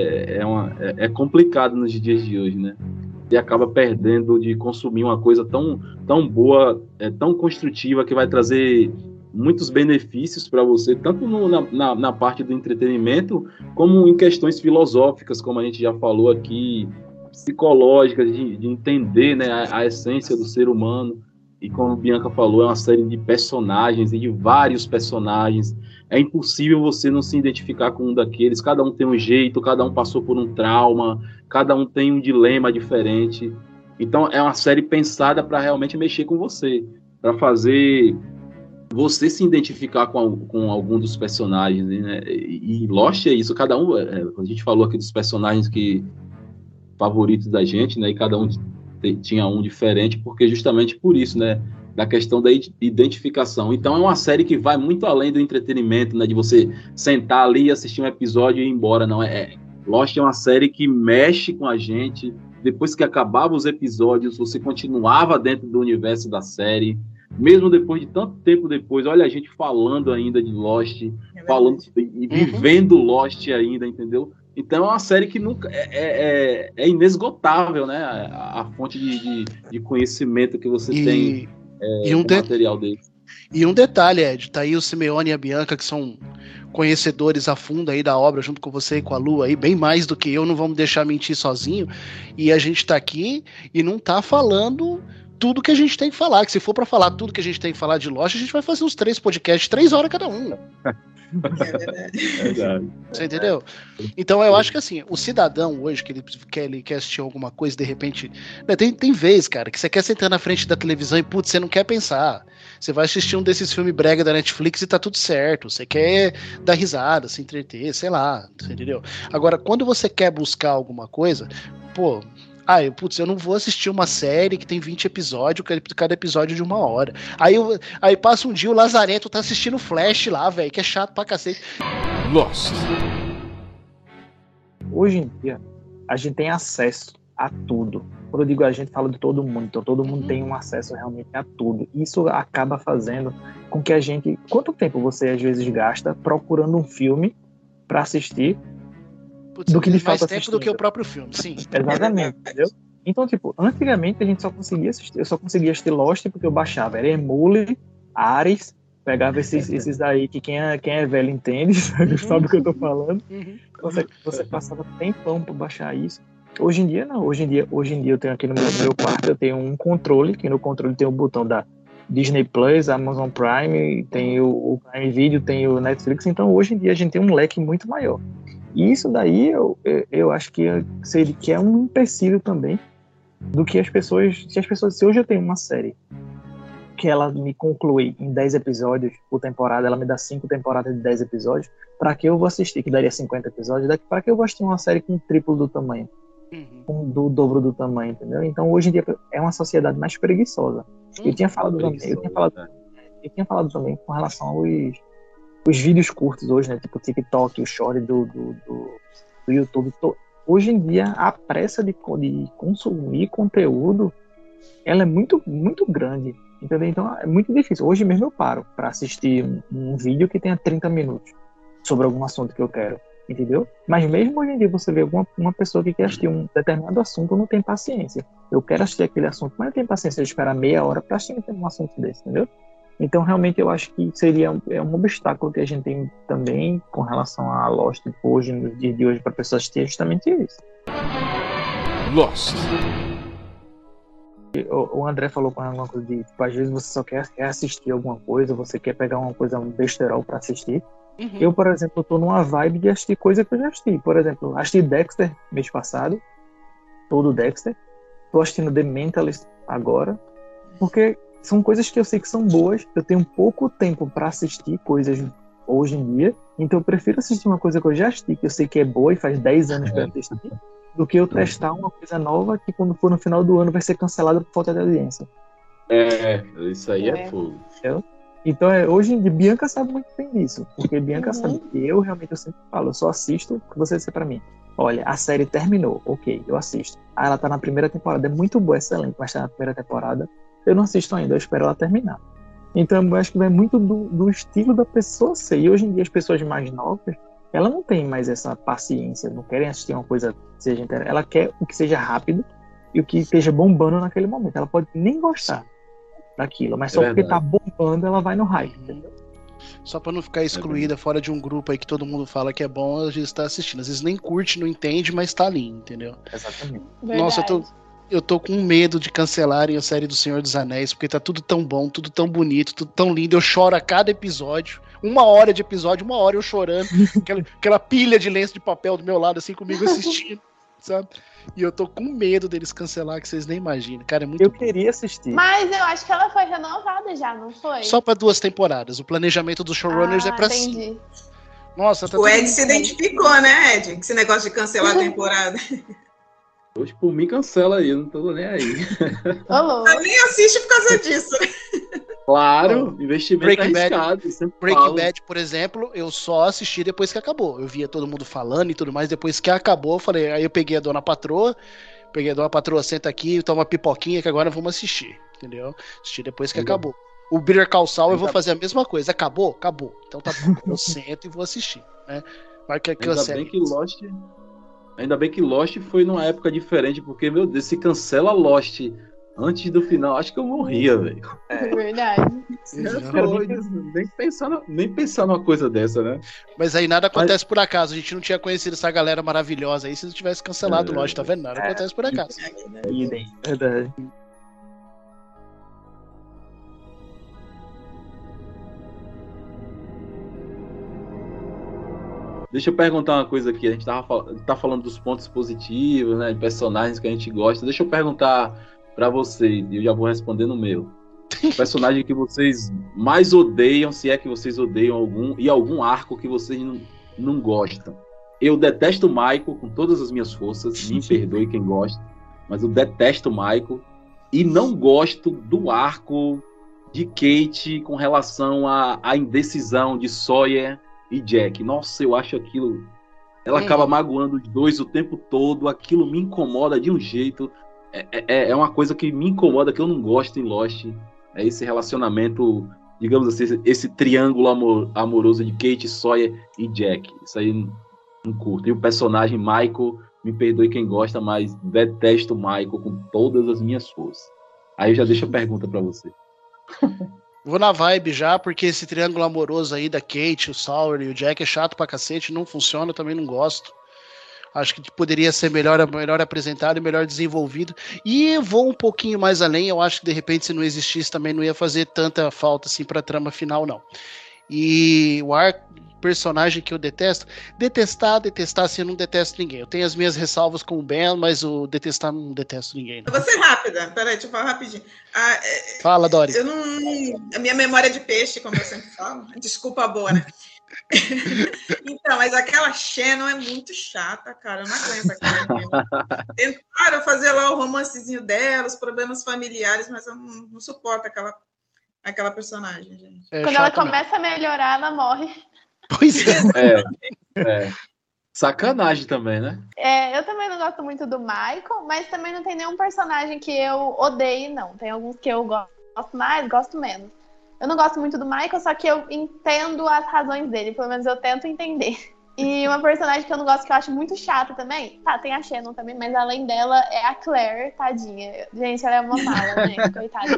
é complicado nos dias de hoje, né? E acaba perdendo de consumir uma coisa tão boa, tão construtiva, que vai trazer muitos benefícios para você, tanto na parte do entretenimento, como em questões filosóficas, como a gente já falou aqui, psicológicas, de entender, né, a essência do ser humano. E como a Bianca falou, é uma série de personagens, e de vários personagens. É impossível você não se identificar com um daqueles. Cada um tem um jeito, cada um passou por um trauma, cada um tem um dilema diferente. Então é uma série pensada para realmente mexer com você, para fazer você se identificar com algum dos personagens, né? E Lost é isso. Cada um, a gente falou aqui dos personagens favoritos da gente, né? E cada um tinha um diferente, porque justamente por isso, né? Da questão da identificação. Então é uma série que vai muito além do entretenimento, né? De você sentar ali, assistir um episódio e ir embora. Não, Lost é uma série que mexe com a gente. Depois que acabava os episódios, você continuava dentro do universo da série, mesmo depois de tanto tempo depois. Olha a gente falando ainda de Lost, falando e vivendo Lost ainda, entendeu? Então é uma série que nunca é inesgotável, né? A fonte de conhecimento que você tem com o material dele. E um detalhe, Ed, tá aí o Simeone e a Bianca, que são conhecedores a fundo aí da obra, junto com você e com a Lu, aí, bem mais do que eu, não vamos deixar mentir sozinho. E a gente tá aqui e não tá falando tudo que a gente tem que falar, que se for para falar tudo que a gente tem que falar de Lost, a gente vai fazer uns 3 podcasts, 3 horas cada um. É verdade. Você entendeu? Então eu acho que assim, o cidadão hoje que ele quer assistir alguma coisa, de repente, né, tem vez, cara, que você quer sentar na frente da televisão e putz, você não quer pensar. Você vai assistir um desses filmes brega da Netflix e tá tudo certo. Você quer dar risada, se entreter, sei lá, você entendeu? Agora, quando você quer buscar alguma coisa, pô, eu não vou assistir uma série que tem 20 episódios, cada episódio de 1 hora. Aí passa um dia, o Lazarento tá assistindo Flash lá, velho, que é chato pra cacete. Lost. Hoje em dia, a gente tem acesso a tudo. Quando eu digo a gente, falo de todo mundo. Então todo mundo tem um acesso realmente a tudo. Isso acaba fazendo com que a gente... Quanto tempo você às vezes gasta procurando um filme pra assistir? Putz, do que de fato mais tempo do que o próprio filme, sim. Exatamente, entendeu? Então, tipo, antigamente a gente só conseguia assistir, eu só conseguia assistir Lost porque eu baixava, era Emule, Ares, pegava esses aí que quem é velho entende, sabe o que eu tô falando. Você passava tempão pra baixar isso. Hoje em dia não, hoje em dia eu tenho aqui no meu quarto, eu tenho um controle, que no controle tem o botão da Disney Plus, Amazon Prime, tem o Prime Video, tem o Netflix, então hoje em dia a gente tem um leque muito maior. E isso daí eu acho que é um empecilho também do que as pessoas... Se hoje eu tenho uma série que ela me conclui em 10 episódios por temporada, ela me dá 5 temporadas de 10 episódios, para que eu vou assistir, que daria 50 episódios, para que eu vou assistir uma série com o triplo do tamanho, com do dobro do tamanho, entendeu? Então hoje em dia é uma sociedade mais preguiçosa. Eu tinha falado também com relação os vídeos curtos hoje, né? Tipo o TikTok, o Short do YouTube. Hoje em dia, a pressa de consumir conteúdo, ela é muito, muito grande. Entendeu? Então é muito difícil. Hoje mesmo eu paro para assistir um vídeo que tenha 30 minutos sobre algum assunto que eu quero, entendeu? Mas mesmo hoje em dia você vê uma pessoa que quer assistir um determinado assunto, não tem paciência. Eu quero assistir aquele assunto, mas não tem paciência de esperar meia hora para assistir um assunto desse, entendeu? Então realmente eu acho que seria um obstáculo que a gente tem também com relação a Lost hoje, nos dias de hoje, para pessoas assistir justamente isso. Lost. O André falou com alguma coisa de, tipo, às vezes você só quer assistir alguma coisa, você quer pegar uma coisa, um besterol para assistir. Uhum. Eu, por exemplo, tô numa vibe de assistir coisa que eu já assisti. Por exemplo, assisti Dexter mês passado, todo Dexter. Tô assistindo The Mentalist agora, porque são coisas que eu sei que são boas. Eu tenho pouco tempo para assistir coisas hoje em dia, então eu prefiro assistir uma coisa que eu já assisti, que eu sei que é boa e faz 10 anos que eu assisti, do que eu testar uma coisa nova que quando for no final do ano vai ser cancelada por falta de audiência. Isso aí é fogo. Então, hoje em dia, Bianca sabe muito bem disso, porque Bianca sabe que eu sempre falo, eu só assisto o que você disser pra mim. Olha, a série terminou, ok, eu assisto. Ah, ela tá na primeira temporada, é muito boa, excelente, mas tá na primeira temporada, eu não assisto ainda, eu espero ela terminar. Então, eu acho que vai muito do estilo da pessoa ser. E hoje em dia, as pessoas mais novas, ela não tem mais essa paciência, não querem assistir uma coisa que seja interessante. Ela quer o que seja rápido e o que esteja bombando naquele momento. Ela pode nem gostar daquilo, mas só porque tá bombando, ela vai no hype, entendeu? Só pra não ficar excluída fora de um grupo aí que todo mundo fala que é bom, às vezes tá assistindo. Às vezes nem curte, não entende, mas tá ali, entendeu? Exatamente. Verdade. Nossa, eu tô com medo de cancelarem a série do Senhor dos Anéis, porque tá tudo tão bom, tudo tão bonito, tudo tão lindo. Eu choro a cada episódio. 1 hora de episódio, 1 hora eu chorando. aquela pilha de lenço de papel do meu lado, assim, comigo assistindo, sabe? E eu tô com medo deles cancelar, que vocês nem imaginam. Cara, é muito bom. Queria assistir. Mas eu acho que ela foi renovada já, não foi? Só pra 2 temporadas. O planejamento dos showrunners é pra entendi. Nossa, tá O Ed se identificou, né, Ed? Com esse negócio de cancelar a temporada. Hoje, por mim, cancela aí, eu não tô nem aí. Eu nem assiste por causa disso. Claro, investimento arriscado. Breaking Bad, por exemplo, eu só assisti depois que acabou. Eu via todo mundo falando e tudo mais, depois que acabou, eu falei, aí eu peguei a Dona Patroa, senta aqui, toma pipoquinha que agora vamos assistir, entendeu? Assisti depois que acabou. O Better Call Saul eu vou fazer a mesma coisa, acabou? Então tá bom, eu sento e vou assistir, né? Vai que Ainda bem que Lost foi numa época diferente, porque, meu Deus, se cancela Lost antes do final, acho que eu morria, velho. É verdade. Nem pensar numa coisa dessa, né? Mas aí nada acontece por acaso. A gente não tinha conhecido essa galera maravilhosa aí se não tivesse cancelado Lost, tá vendo? Nada acontece por acaso. Verdade. Deixa eu perguntar uma coisa aqui. A gente tá falando dos pontos positivos, né? De personagens que a gente gosta. Deixa eu perguntar pra vocês, e eu já vou responder no meu. O personagem que vocês mais odeiam, se é que vocês odeiam algum arco que vocês não gostam. Eu detesto o Michael com todas as minhas forças, me perdoe quem gosta, mas eu detesto o Michael e não gosto do arco de Kate com relação à indecisão de Sawyer e Jack. Nossa, eu acho aquilo... Ela acaba magoando os dois o tempo todo, aquilo me incomoda de um jeito... É uma coisa que me incomoda, que eu não gosto em Lost. É esse relacionamento, digamos assim, esse triângulo amoroso de Kate, Sawyer e Jack. Isso aí não curto. E o personagem Michael, me perdoe quem gosta, mas detesto o Michael com todas as minhas forças. Aí eu já deixo a pergunta pra você. Vou na vibe já, porque esse triângulo amoroso aí da Kate, o Sawyer e o Jack é chato pra cacete, não funciona, eu também não gosto. Acho que poderia ser melhor apresentado e melhor desenvolvido. E vou um pouquinho mais além. Eu acho que, de repente, se não existisse, também não ia fazer tanta falta assim pra trama final, não. E o personagem que eu detesto... Detestar, assim, eu não detesto ninguém. Eu tenho as minhas ressalvas com o Ben, mas o detestar, não detesto ninguém. Não. Eu vou ser rápida. Peraí, deixa eu falar rapidinho. Fala, Dori. A minha memória é de peixe, como eu sempre falo. Desculpa, boa, né? Então, mas aquela Shannon é muito chata, cara. Eu não aguento aquela. Tentaram fazer lá o romancezinho dela, os problemas familiares, mas eu não suporto aquela personagem, gente. Quando ela começa a melhorar, ela morre. Pois é. Sacanagem também, né? Eu também não gosto muito do Michael, mas também não tem nenhum personagem que eu odeie, não. Tem alguns que eu gosto gosto mais, gosto menos. Eu não gosto muito do Michael, só que eu entendo as razões dele, pelo menos eu tento entender. E uma personagem que eu não gosto, que eu acho muito chata também, tá, tem a Shannon também, mas além dela é a Claire, tadinha. Gente, ela é uma mala, gente, coitada.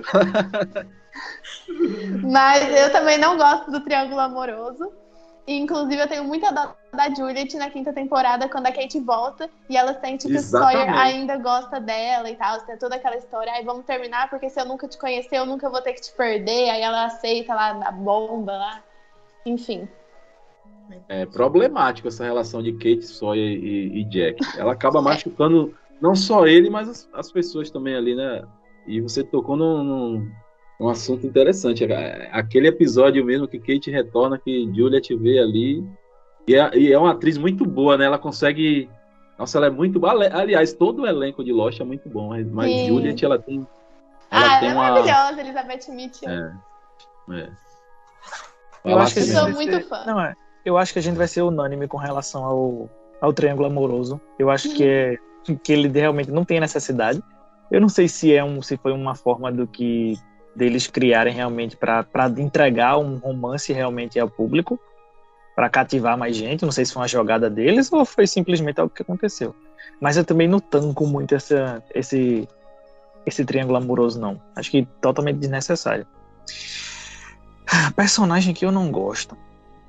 Mas eu também não gosto do Triângulo Amoroso. E, inclusive, eu tenho muita dó da Juliet na 5ª temporada, quando a Kate volta e ela sente que o Sawyer ainda gosta dela e tal. Tem toda aquela história, aí vamos terminar, porque se eu nunca te conhecer, eu nunca vou ter que te perder. Aí ela aceita lá a bomba lá. Enfim. É problemático essa relação de Kate, Sawyer e Jack. Ela acaba machucando não só ele, mas as pessoas também ali, né? E você tocou num assunto interessante. Aquele episódio mesmo que Kate retorna, que Juliet vê ali. E é uma atriz muito boa, né? Ela consegue... Nossa, ela é muito boa. Aliás, todo o elenco de Lost é muito bom. Mas Sim. Juliet, ela tem ela tem é uma... maravilhosa, Elizabeth Mitchell. Eu acho que Eu sou muito fã. Não, eu acho que a gente vai ser unânime com relação ao Triângulo Amoroso. Eu acho que ele realmente não tem necessidade. Eu não sei se foi uma forma deles criarem realmente para entregar um romance realmente ao público, para cativar mais gente. Não sei se foi uma jogada deles ou foi simplesmente algo que aconteceu. Mas eu também não tanco muito esse Triângulo Amoroso, não. Acho que totalmente desnecessário. Personagem que eu não gosto.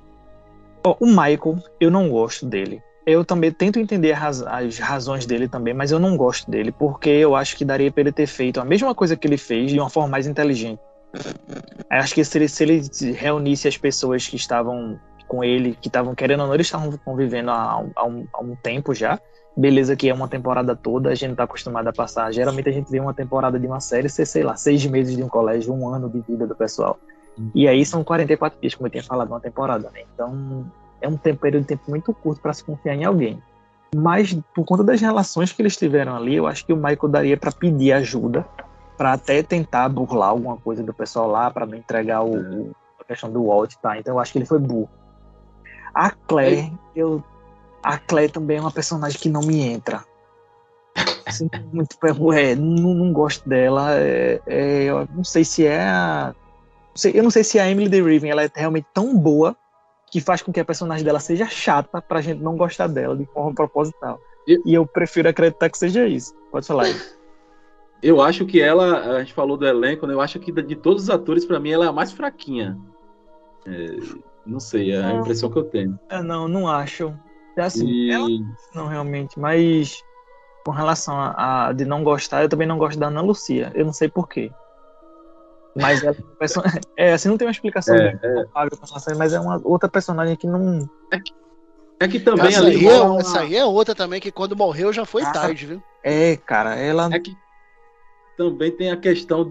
O Michael, eu não gosto dele. Eu também tento entender as razões dele também, mas eu não gosto dele, porque eu acho que daria para ele ter feito a mesma coisa que ele fez de uma forma mais inteligente. Eu acho que se ele reunisse as pessoas que estavam com ele, que estavam querendo ou não, eles estavam convivendo há um tempo já. Beleza que é uma temporada toda, a gente tá acostumado a passar. Geralmente a gente vê uma temporada de uma série ser, sei lá, 6 meses de um colégio, 1 ano de vida do pessoal. E aí são 44 dias, como eu tinha falado, uma temporada, né? Então é um período de tempo muito curto para se confiar em alguém. Mas por conta das relações que eles tiveram ali, eu acho que o Michael daria para pedir ajuda, para até tentar burlar alguma coisa do pessoal lá, para não entregar a questão do Walt, tá? Então eu acho que ele foi burro. A Claire, a Claire também é uma personagem que não me entra. Assim, muito, não gosto dela. Eu não sei se eu não sei se a Emily DeRiven ela é realmente tão boa que faz com que a personagem dela seja chata pra gente não gostar dela de forma proposital. E eu prefiro acreditar que seja isso. Pode falar aí. Eu acho que a gente falou do elenco, né? Eu acho que de todos os atores, pra mim, ela é a mais fraquinha. Não sei, é a impressão que eu tenho. Não acho. É assim, ela não realmente, mas com relação a de não gostar, eu também não gosto da Ana Lucia. Eu não sei porquê. Mas ela assim, não tem uma explicação mas é uma outra personagem que não... É que também essa aí é outra também, que quando morreu já foi tarde, viu? Cara, ela... É que também tem a questão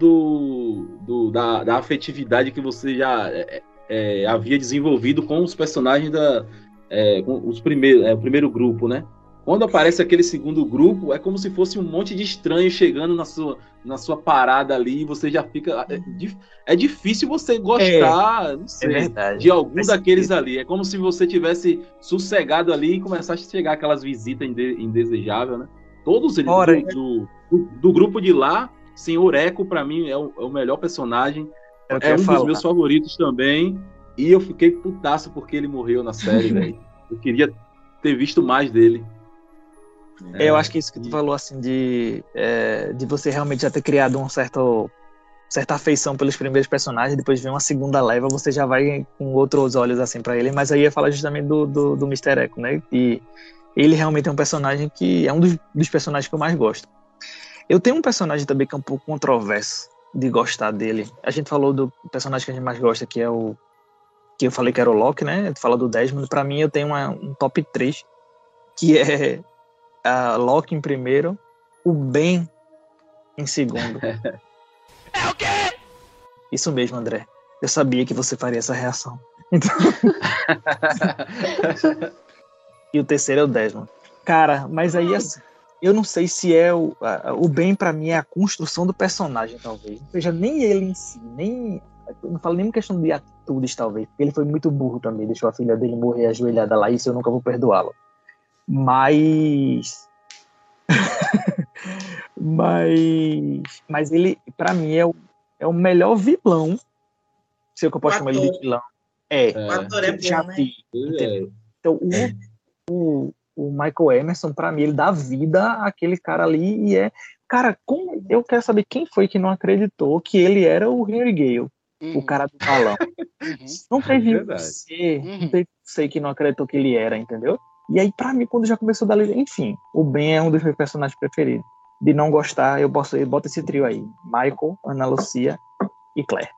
da afetividade que você já havia desenvolvido com os personagens com o primeiro grupo, né? Quando aparece aquele segundo grupo, é como se fosse um monte de estranho chegando na sua parada ali, e você já fica... É difícil você gostar, não sei, de algum daqueles ali. É como se você tivesse sossegado ali e começasse a chegar aquelas visitas indesejáveis, né? Todos eles, do grupo de lá, Senhor Echo, pra mim, é o melhor personagem. É um dos meus favoritos também. E eu fiquei putaço porque ele morreu na série, velho. Eu queria ter visto mais dele. Eu acho que isso que tu falou, assim, de você realmente já ter criado certa afeição pelos primeiros personagens, depois vem uma segunda leva, você já vai com outros olhos, assim, pra ele. Mas aí ia falar justamente do Mr. Echo, né? E ele realmente é um personagem que é um dos personagens que eu mais gosto. Eu tenho um personagem também que é um pouco controverso de gostar dele. A gente falou do personagem que a gente mais gosta, que é que eu falei que era o Locke, né? Tu fala do Desmond. Pra mim, eu tenho um top 3, que é a Locke em primeiro, o Ben em segundo. É o quê? Isso mesmo, André. Eu sabia que você faria essa reação. Então... E o terceiro é o Desmond. Cara, mas aí assim, eu não sei se o Ben pra mim é a construção do personagem, talvez. Não seja nem ele em si, eu não falo nem questão de atitudes, talvez, porque ele foi muito burro também, deixou a filha dele morrer ajoelhada lá, isso eu nunca vou perdoá-lo. Mas ele, pra mim, é o melhor vilão, se é que eu posso chamar ele de vilão. O ator é já bom, né? vi. Então, o Michael Emerson, pra mim, ele dá vida àquele cara ali e Cara, como eu quero saber quem foi que não acreditou que ele era o Henry Gale, o cara do balão. Não teve você que não acreditou que ele era, entendeu? E aí, pra mim, quando já começou a dar... Enfim, o Ben é um dos meus personagens preferidos. De não gostar, eu boto esse trio aí. Michael, Ana Lucia e Claire.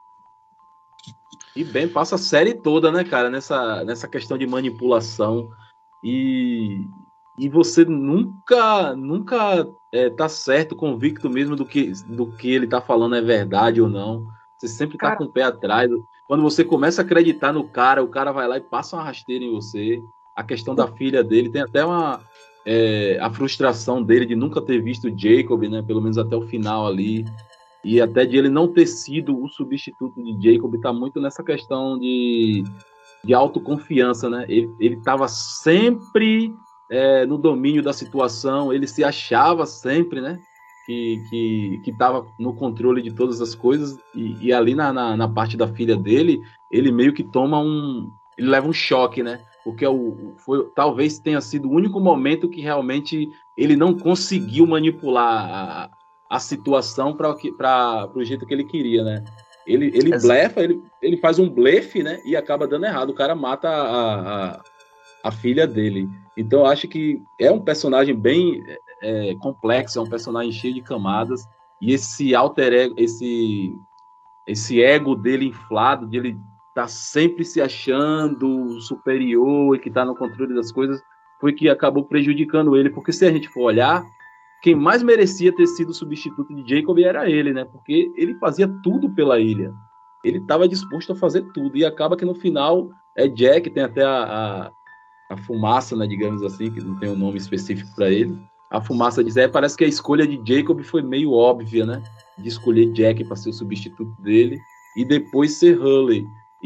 E Ben passa a série toda, né, cara, nessa questão de manipulação. E você nunca tá certo, convicto mesmo do que ele tá falando é verdade ou não. Você sempre tá com o pé atrás. Quando você começa a acreditar no cara, o cara vai lá e passa uma rasteira em você. A questão da filha dele, tem até a frustração dele de nunca ter visto o Jacob, né, pelo menos até o final ali. E até de ele não ter sido o substituto de Jacob, tá muito nessa questão de autoconfiança, né? Ele estava sempre no domínio da situação, ele se achava sempre, né? Que estava no controle de todas as coisas, e ali na parte da filha dele, ele meio que ele leva um choque, né? Porque talvez tenha sido o único momento que realmente ele não conseguiu manipular a situação para o jeito que ele queria, né? Ele blefa, ele faz um blefe, né? E acaba dando errado. O cara mata a filha dele. Então eu acho que é um personagem bem complexo, é um personagem cheio de camadas. E esse alter ego, esse ego dele inflado, de ele tá sempre se achando superior e que tá no controle das coisas, foi que acabou prejudicando ele. Porque se a gente for olhar, quem mais merecia ter sido o substituto de Jacob era ele, né? Porque ele fazia tudo pela ilha. Ele estava disposto a fazer tudo. E acaba que no final Jack, tem até a fumaça, né, digamos assim, que não tem um nome específico para ele. A fumaça diz, parece que a escolha de Jacob foi meio óbvia, né? De escolher Jack para ser o substituto dele e depois ser Hurley.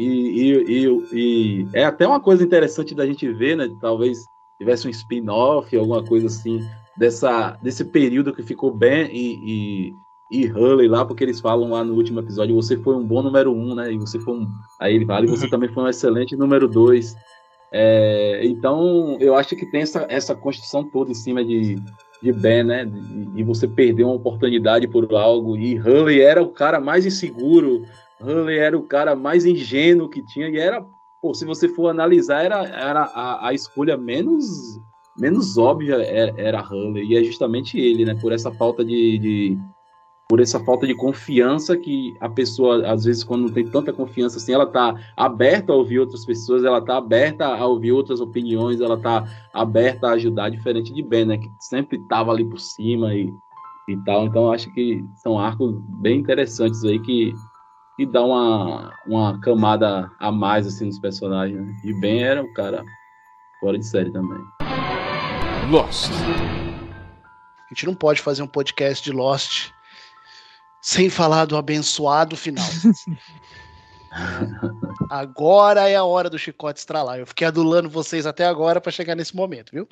E é até uma coisa interessante da gente ver, né? Talvez tivesse um spin-off, alguma coisa assim, desse período que ficou Ben e Hurley lá, porque eles falam lá no último episódio, você foi um bom número 1, né? E você foi aí ele fala, e você também foi um excelente número 2. Então, eu acho que tem essa construção toda em cima de Ben, né? E você perder uma oportunidade por algo. E Hurley era o cara mais inseguro, Hurley era o cara mais ingênuo que tinha, e era, se você for analisar, era a escolha menos óbvia era Hurley, e é justamente ele, né? Por essa falta de confiança que a pessoa, às vezes, quando não tem tanta confiança assim, ela tá aberta a ouvir outras pessoas, ela tá aberta a ouvir outras opiniões, ela tá aberta a ajudar, diferente de Ben, né? Que sempre tava ali por cima e tal. Então, eu acho que são arcos bem interessantes aí que dá uma camada a mais, assim, nos personagens, né? E Ben era o cara fora de série também. Lost. A gente não pode fazer um podcast de Lost sem falar do abençoado final. Agora é a hora do chicote estralar. Eu fiquei adulando vocês até agora para chegar nesse momento, viu?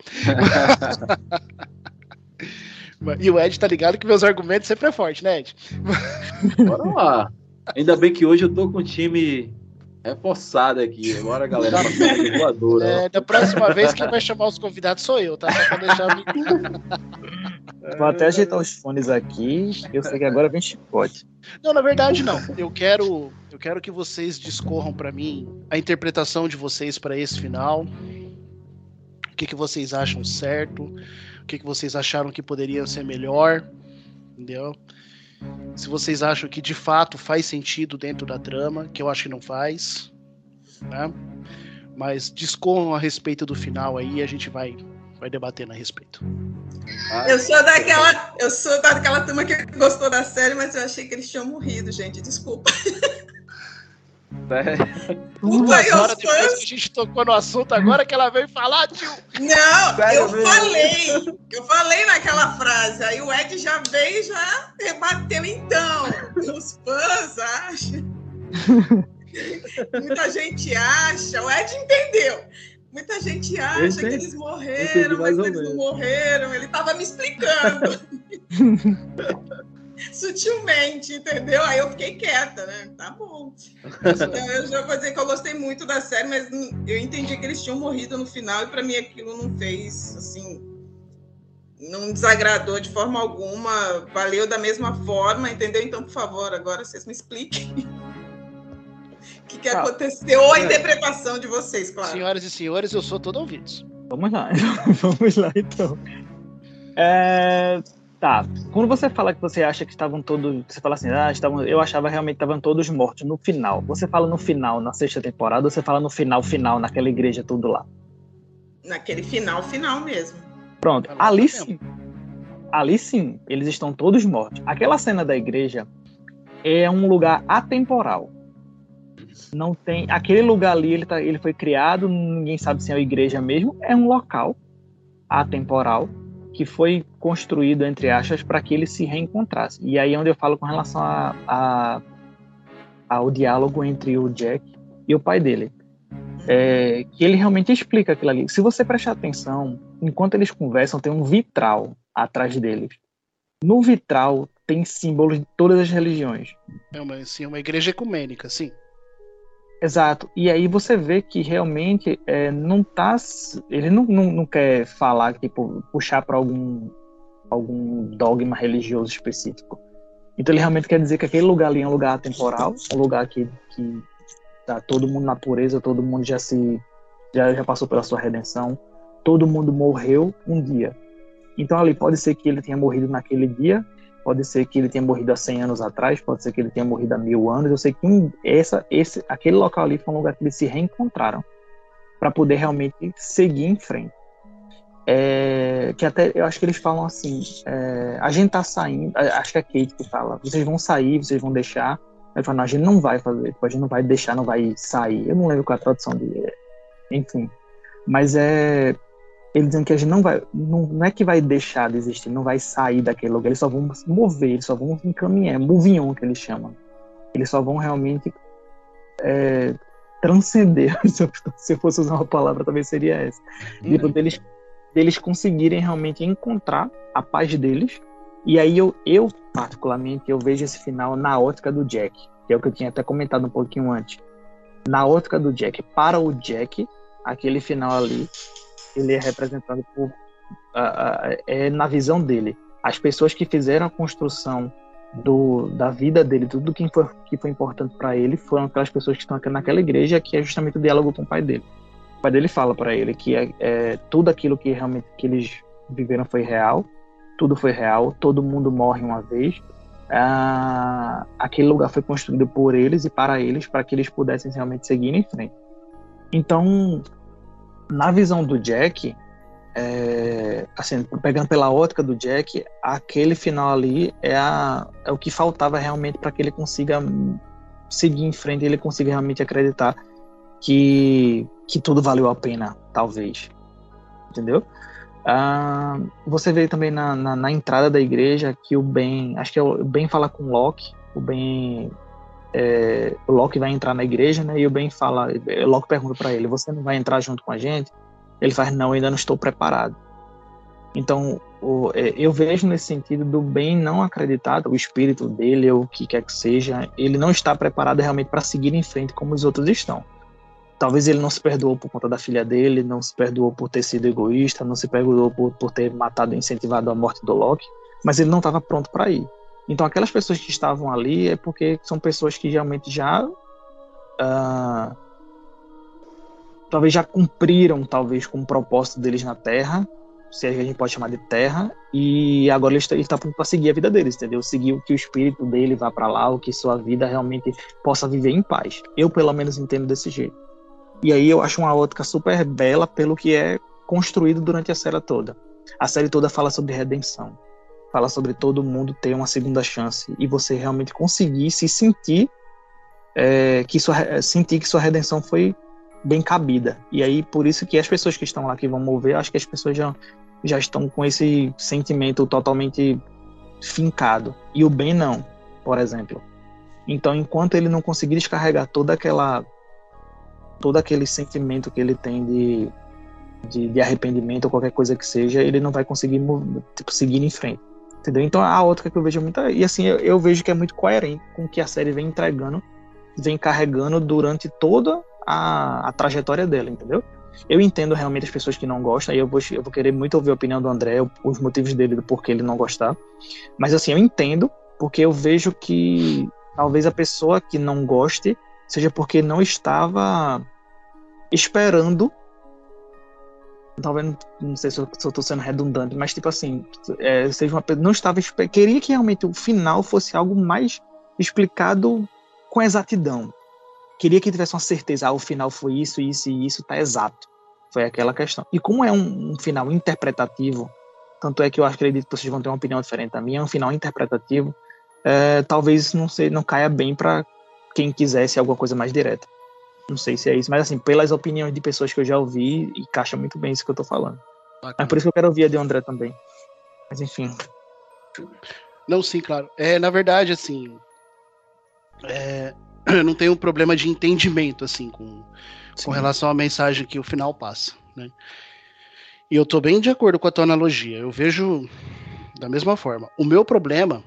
E o Ed tá ligado que meus argumentos sempre é forte, né, Ed? Bora lá. Ainda bem que hoje eu tô com o time reforçado aqui. Agora a galera vai ficar de voadora. Da próxima vez quem vai chamar os convidados sou eu, tá? Só pra deixar... Vou até ajeitar os fones aqui, eu sei que agora vem chicote. Não, na verdade não. Eu quero que vocês discorram pra mim a interpretação de vocês pra esse final. O que vocês acham certo? O que vocês acharam que poderia ser melhor? Entendeu? Se vocês acham que de fato faz sentido dentro da trama, que eu acho que não faz, né? Mas discorram a respeito do final aí e a gente vai debater a respeito. Eu sou daquela turma que gostou da série, mas eu achei que eles tinham morrido, gente. Desculpa. Duas horas depois que a gente tocou no assunto, agora que ela veio falar, tio. Não, eu falei naquela frase. Aí o Ed já veio e já rebateu. Então, os fãs acham. Muita gente acha. O Ed entendeu. Muita gente acha que eles morreram, mas eles não morreram. Ele estava me explicando. sutilmente, entendeu? Aí eu fiquei quieta, né? Tá bom. Então, eu já vou dizer que eu gostei muito da série, mas eu entendi que eles tinham morrido no final e para mim aquilo não fez, assim, não desagradou de forma alguma, valeu da mesma forma, entendeu? Então, por favor, agora vocês me expliquem o que aconteceu, ou a interpretação de vocês, claro. Senhoras e senhores, eu sou todo ouvidos. Vamos lá, então. Tá, quando você fala que você acha que estavam todos, você fala assim, eu achava realmente que estavam todos mortos no final. Você fala no final, na 6ª temporada, ou você fala no final, naquela igreja tudo lá? Naquele final mesmo. Pronto, ali sim, eles estão todos mortos. Aquela cena da igreja é um lugar atemporal. Não tem, aquele lugar ali, ele foi criado, ninguém sabe se é a igreja mesmo, é um local atemporal que foi construído, entre aspas, para que eles se reencontrassem. E aí é onde eu falo com relação ao diálogo entre o Jack e o pai dele. Que ele realmente explica aquilo ali. Se você prestar atenção, enquanto eles conversam, tem um vitral atrás deles. No vitral tem símbolos de todas as religiões. É uma igreja ecumênica, sim. Exato. E aí você vê que realmente não tá. Ele não quer falar, tipo, puxar para algum dogma religioso específico. Então ele realmente quer dizer que aquele lugar ali é um lugar atemporal, um lugar que tá todo mundo na pureza, todo mundo já passou pela sua redenção, todo mundo morreu um dia. Então ali pode ser que ele tenha morrido naquele dia, pode ser que ele tenha morrido há 100 anos atrás, pode ser que ele tenha morrido há 1000 anos. Eu sei que aquele local ali foi um lugar que eles se reencontraram para poder realmente seguir em frente. Que até eu acho que eles falam assim, a gente tá saindo, acho que é a Kate que fala, vocês vão sair, vocês vão deixar. Ele fala, não, a gente não vai fazer, a gente não vai deixar, não vai sair. Eu não lembro qual é a tradução dele, enfim. Mas ele dizendo que a gente não é que vai deixar de existir, não vai sair daquele lugar, eles só vão se mover, eles só vão encaminhar, moving on, que eles chamam. Eles só vão realmente transcender, se eu fosse usar uma palavra, talvez seria essa. Tipo, deles conseguirem realmente encontrar a paz deles. E aí eu particularmente, eu vejo esse final na ótica do Jack, que é o que eu tinha até comentado um pouquinho antes. Na ótica do Jack, para o Jack, aquele final ali, ele é representado por na visão dele. As pessoas que fizeram a construção da vida dele, tudo que foi importante para ele, foram aquelas pessoas que estão aqui naquela igreja, que é justamente o diálogo com o pai dele. O pai dele fala para ele que tudo aquilo que realmente que eles viveram foi real, tudo foi real, todo mundo morre uma vez. Aquele lugar foi construído por eles e para que eles pudessem realmente seguir em frente. Então, na visão do Jack, assim, pegando pela ótica do Jack, aquele final ali é o que faltava realmente para que ele consiga seguir em frente, ele consiga realmente acreditar que tudo valeu a pena, talvez. Entendeu? Você vê também na entrada da igreja que o Ben, acho que o Ben fala com o Locke, o Locke vai entrar na igreja, né, e o Ben fala, o Locke pergunta para ele, você não vai entrar junto com a gente? Ele faz, não, ainda não estou preparado. Então, eu vejo nesse sentido do Ben não acreditar, o espírito dele, ou o que quer que seja, ele não está preparado realmente para seguir em frente como os outros estão. Talvez ele não se perdoou por conta da filha dele, não se perdoou por ter sido egoísta, não se perdoou por ter matado e incentivado a morte do Locke, mas ele não estava pronto para ir. Então aquelas pessoas que estavam ali é porque são pessoas que realmente talvez já cumpriram com o propósito deles na Terra, se a gente pode chamar de Terra, e agora ele está pronto para seguir a vida deles, entendeu? Seguir o que o espírito dele vá para lá, o que sua vida realmente possa viver em paz. Eu pelo menos entendo desse jeito. E aí eu acho uma ótica super bela pelo que é construído durante a série toda. A série toda fala sobre redenção. Fala sobre todo mundo ter uma segunda chance. E você realmente conseguir se sentir que sua redenção foi bem cabida. E aí por isso que as pessoas que estão lá, que vão mover, acho que as pessoas já estão com esse sentimento totalmente fincado. E o Ben não, por exemplo. Então enquanto ele não conseguir descarregar todo aquele sentimento que ele tem de arrependimento ou qualquer coisa que seja, ele não vai conseguir seguir em frente, Entendeu? Então a outra que eu vejo muito. E assim, eu vejo que é muito coerente com o que a série vem entregando, vem carregando durante toda a trajetória dela, entendeu? Eu entendo realmente as pessoas que não gostam, e eu vou querer muito ouvir a opinião do André, os motivos dele, do porquê ele não gostar. Mas assim, eu entendo, porque eu vejo que talvez a pessoa que não goste seja porque não estava esperando. Talvez, não sei se eu estou sendo redundante, mas tipo assim, seja uma pessoa não estava queria que realmente o final fosse algo mais explicado com exatidão. Queria que tivesse uma certeza, o final foi isso, isso e isso, tá exato. Foi aquela questão. E como é um final interpretativo, tanto é que eu acredito que vocês vão ter uma opinião diferente da minha, é um final interpretativo, talvez não caia bem para quem quisesse alguma coisa mais direta. Não sei se é isso, mas assim, pelas opiniões de pessoas que eu já ouvi, encaixa muito bem isso que eu tô falando. É por isso que eu quero ouvir a de André também. Mas enfim. Não, sim, claro. Na verdade, assim, eu não tenho um problema de entendimento, assim, com relação à mensagem que o final passa, né? E eu tô bem de acordo com a tua analogia. Eu vejo da mesma forma. O meu problema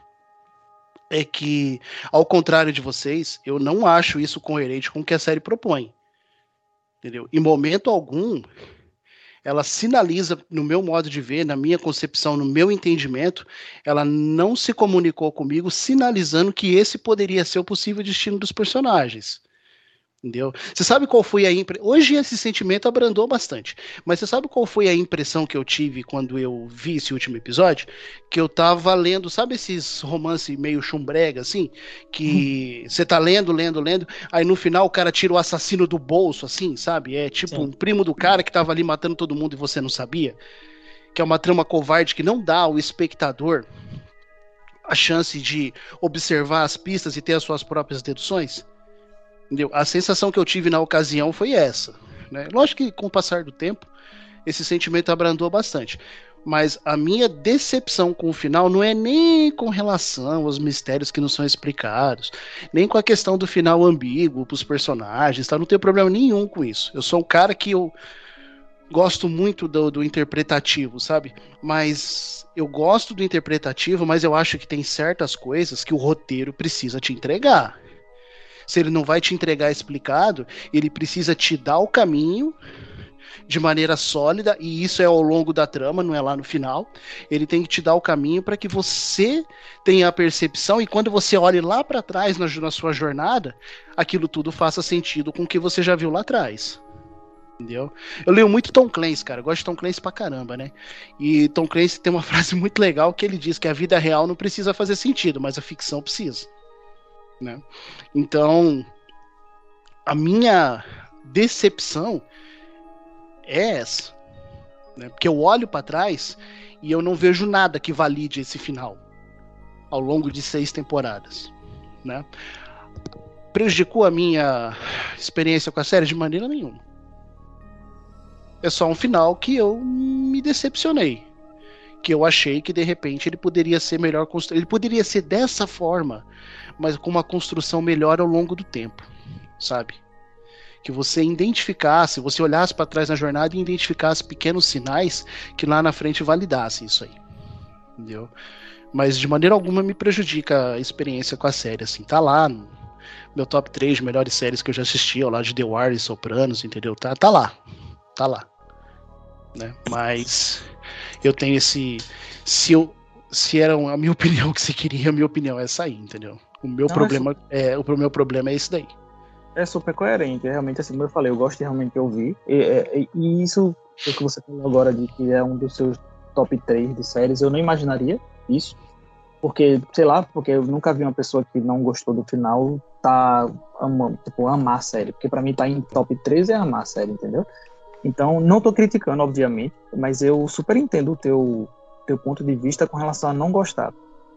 é que, ao contrário de vocês, eu não acho isso coerente com o que a série propõe. Entendeu? Em momento algum, ela sinaliza, no meu modo de ver, na minha concepção, no meu entendimento, ela não se comunicou comigo sinalizando que esse poderia ser o possível destino dos personagens. Entendeu? Você sabe qual foi a impressão? Hoje esse sentimento abrandou bastante, mas você sabe qual foi a impressão que eu tive quando eu vi esse último episódio? Que eu tava lendo, sabe esses romances meio chumbrega, assim? Que você tá lendo, aí no final o cara tira o assassino do bolso, assim, sabe? É tipo um primo do cara que tava ali matando todo mundo e você não sabia. Que é uma trama covarde que não dá ao espectador a chance de observar as pistas e ter as suas próprias deduções. Entendeu? A sensação que eu tive na ocasião foi essa, né? Lógico que com o passar do tempo esse sentimento abrandou bastante, mas a minha decepção com o final não é nem com relação aos mistérios que não são explicados, nem com a questão do final ambíguo para os personagens, tá? Não tenho problema nenhum com isso. Eu sou um cara que eu gosto muito do interpretativo, sabe? Mas eu gosto do interpretativo, mas eu acho que tem certas coisas que o roteiro precisa te entregar. Se ele não vai te entregar explicado, ele precisa te dar o caminho de maneira sólida, e isso é ao longo da trama, não é lá no final. Ele tem que te dar o caminho para que você tenha a percepção, e quando você olhe lá para trás na sua jornada, aquilo tudo faça sentido com o que você já viu lá atrás. Entendeu? Eu leio muito Tom Clancy, cara. Eu gosto de Tom Clancy pra caramba, né? E Tom Clancy tem uma frase muito legal que ele diz que a vida real não precisa fazer sentido, mas a ficção precisa. Né? Então, a minha decepção é essa, né? Porque eu olho para trás e eu não vejo nada que valide esse final ao longo de 6 temporadas, né? Prejudicou a minha experiência com a série de maneira nenhuma. É só um final que eu me decepcionei, que eu achei que de repente ele poderia ser melhor construído, ele poderia ser dessa forma, mas com uma construção melhor ao longo do tempo, sabe? Que você identificasse, você olhasse para trás na jornada e identificasse pequenos sinais que lá na frente validassem isso aí, entendeu? Mas de maneira alguma me prejudica a experiência com a série, assim, tá lá no meu top 3 de melhores séries que eu já assisti, ao lado de The Wire e Sopranos, entendeu? Tá lá, né? Mas eu tenho esse, se era a minha opinião que você queria, a minha opinião é essa aí, entendeu? O meu problema é esse daí. É super coerente, realmente, assim como eu falei, eu gosto de realmente ouvir. E isso, o que você falou agora de que é um dos seus top 3 de séries, eu não imaginaria isso. Porque, sei lá, porque eu nunca vi uma pessoa que não gostou do final amar a série. Porque pra mim tá em top 3 é amar a série, entendeu? Então, não tô criticando, obviamente, mas eu super entendo o teu ponto de vista com relação a não gostar.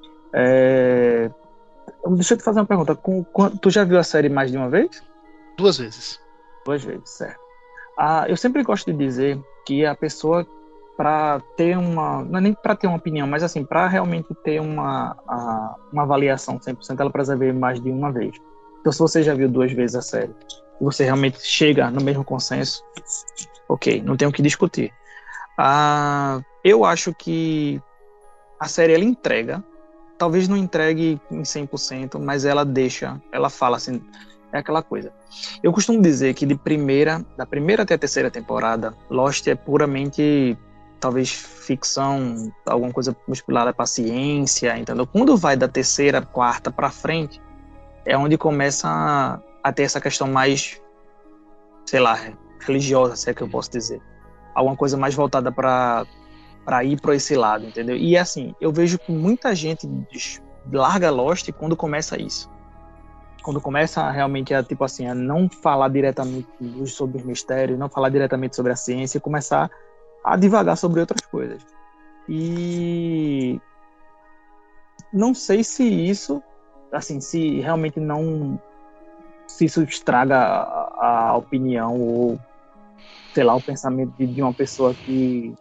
Deixa eu te fazer uma pergunta. Tu já viu a série mais de uma vez? 2 vezes. 2 vezes, certo. Eu sempre gosto de dizer que a pessoa, para ter uma... Não é nem para ter uma opinião, mas assim, para realmente ter uma avaliação 100%, ela precisa ver mais de uma vez. Então, se você já viu 2 vezes a série, e você realmente chega no mesmo consenso, ok, não tem o que discutir. Eu acho que a série ela entrega, talvez não entregue em 100%, mas ela fala assim, é aquela coisa. Eu costumo dizer que da primeira até a terceira temporada, Lost é puramente, talvez, ficção, alguma coisa musculada para ciência, entendeu? Quando vai da terceira, quarta para frente, é onde começa a ter essa questão mais, sei lá, religiosa, se é que eu posso dizer. Alguma coisa mais voltada para ir para esse lado, entendeu? E assim, eu vejo que muita gente larga Lost quando começa isso. Quando começa realmente a, tipo assim, a não falar diretamente sobre os mistérios, não falar diretamente sobre a ciência e começar a divagar sobre outras coisas. E não sei se isso, assim, se realmente não, se isso estraga a opinião ou, sei lá, o pensamento de uma pessoa que...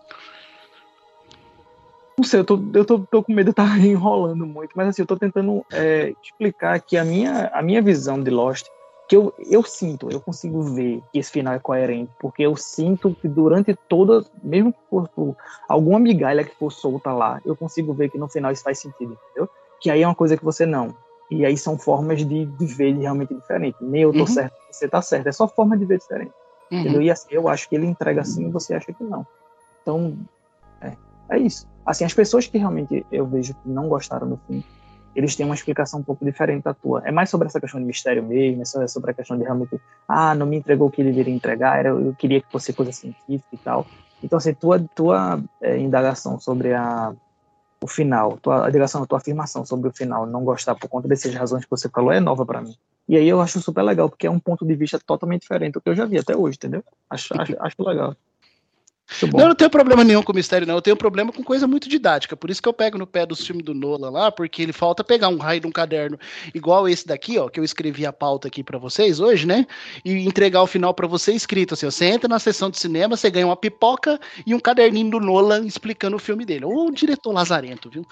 Não sei, eu tô com medo de estar enrolando muito, mas assim, eu tô tentando explicar aqui a minha visão de Lost, que eu consigo ver que esse final é coerente, porque eu sinto que durante toda, mesmo que por alguma migalha que for solta lá, eu consigo ver que no final isso faz sentido, entendeu? Que aí é uma coisa que você não. E aí são formas de ver realmente diferente. Nem eu tô certo, você tá certo, é só forma de ver diferente. Entendeu? E assim, eu acho que ele entrega assim e você acha que não. Então, é isso. Assim, as pessoas que realmente eu vejo que não gostaram do filme, eles têm uma explicação um pouco diferente da tua. É mais sobre essa questão de mistério mesmo, é sobre a questão de realmente, não me entregou o que ele deveria entregar, eu queria que fosse coisa científica e tal. Então, assim, tua indagação sobre o final, tua afirmação sobre o final, não gostar por conta dessas razões que você falou, é nova pra mim. E aí eu acho super legal, porque é um ponto de vista totalmente diferente do que eu já vi até hoje, entendeu? Acho legal. Não, eu não tenho problema nenhum com mistério, não. Eu tenho problema com coisa muito didática. Por isso que eu pego no pé dos filmes do Nolan lá, porque ele falta pegar um raio de um caderno igual esse daqui, ó, que eu escrevi a pauta aqui pra vocês hoje, né? E entregar o final pra você escrito assim, ó, você entra na sessão de cinema, você ganha uma pipoca e um caderninho do Nolan explicando o filme dele. Ô, diretor lazarento, viu?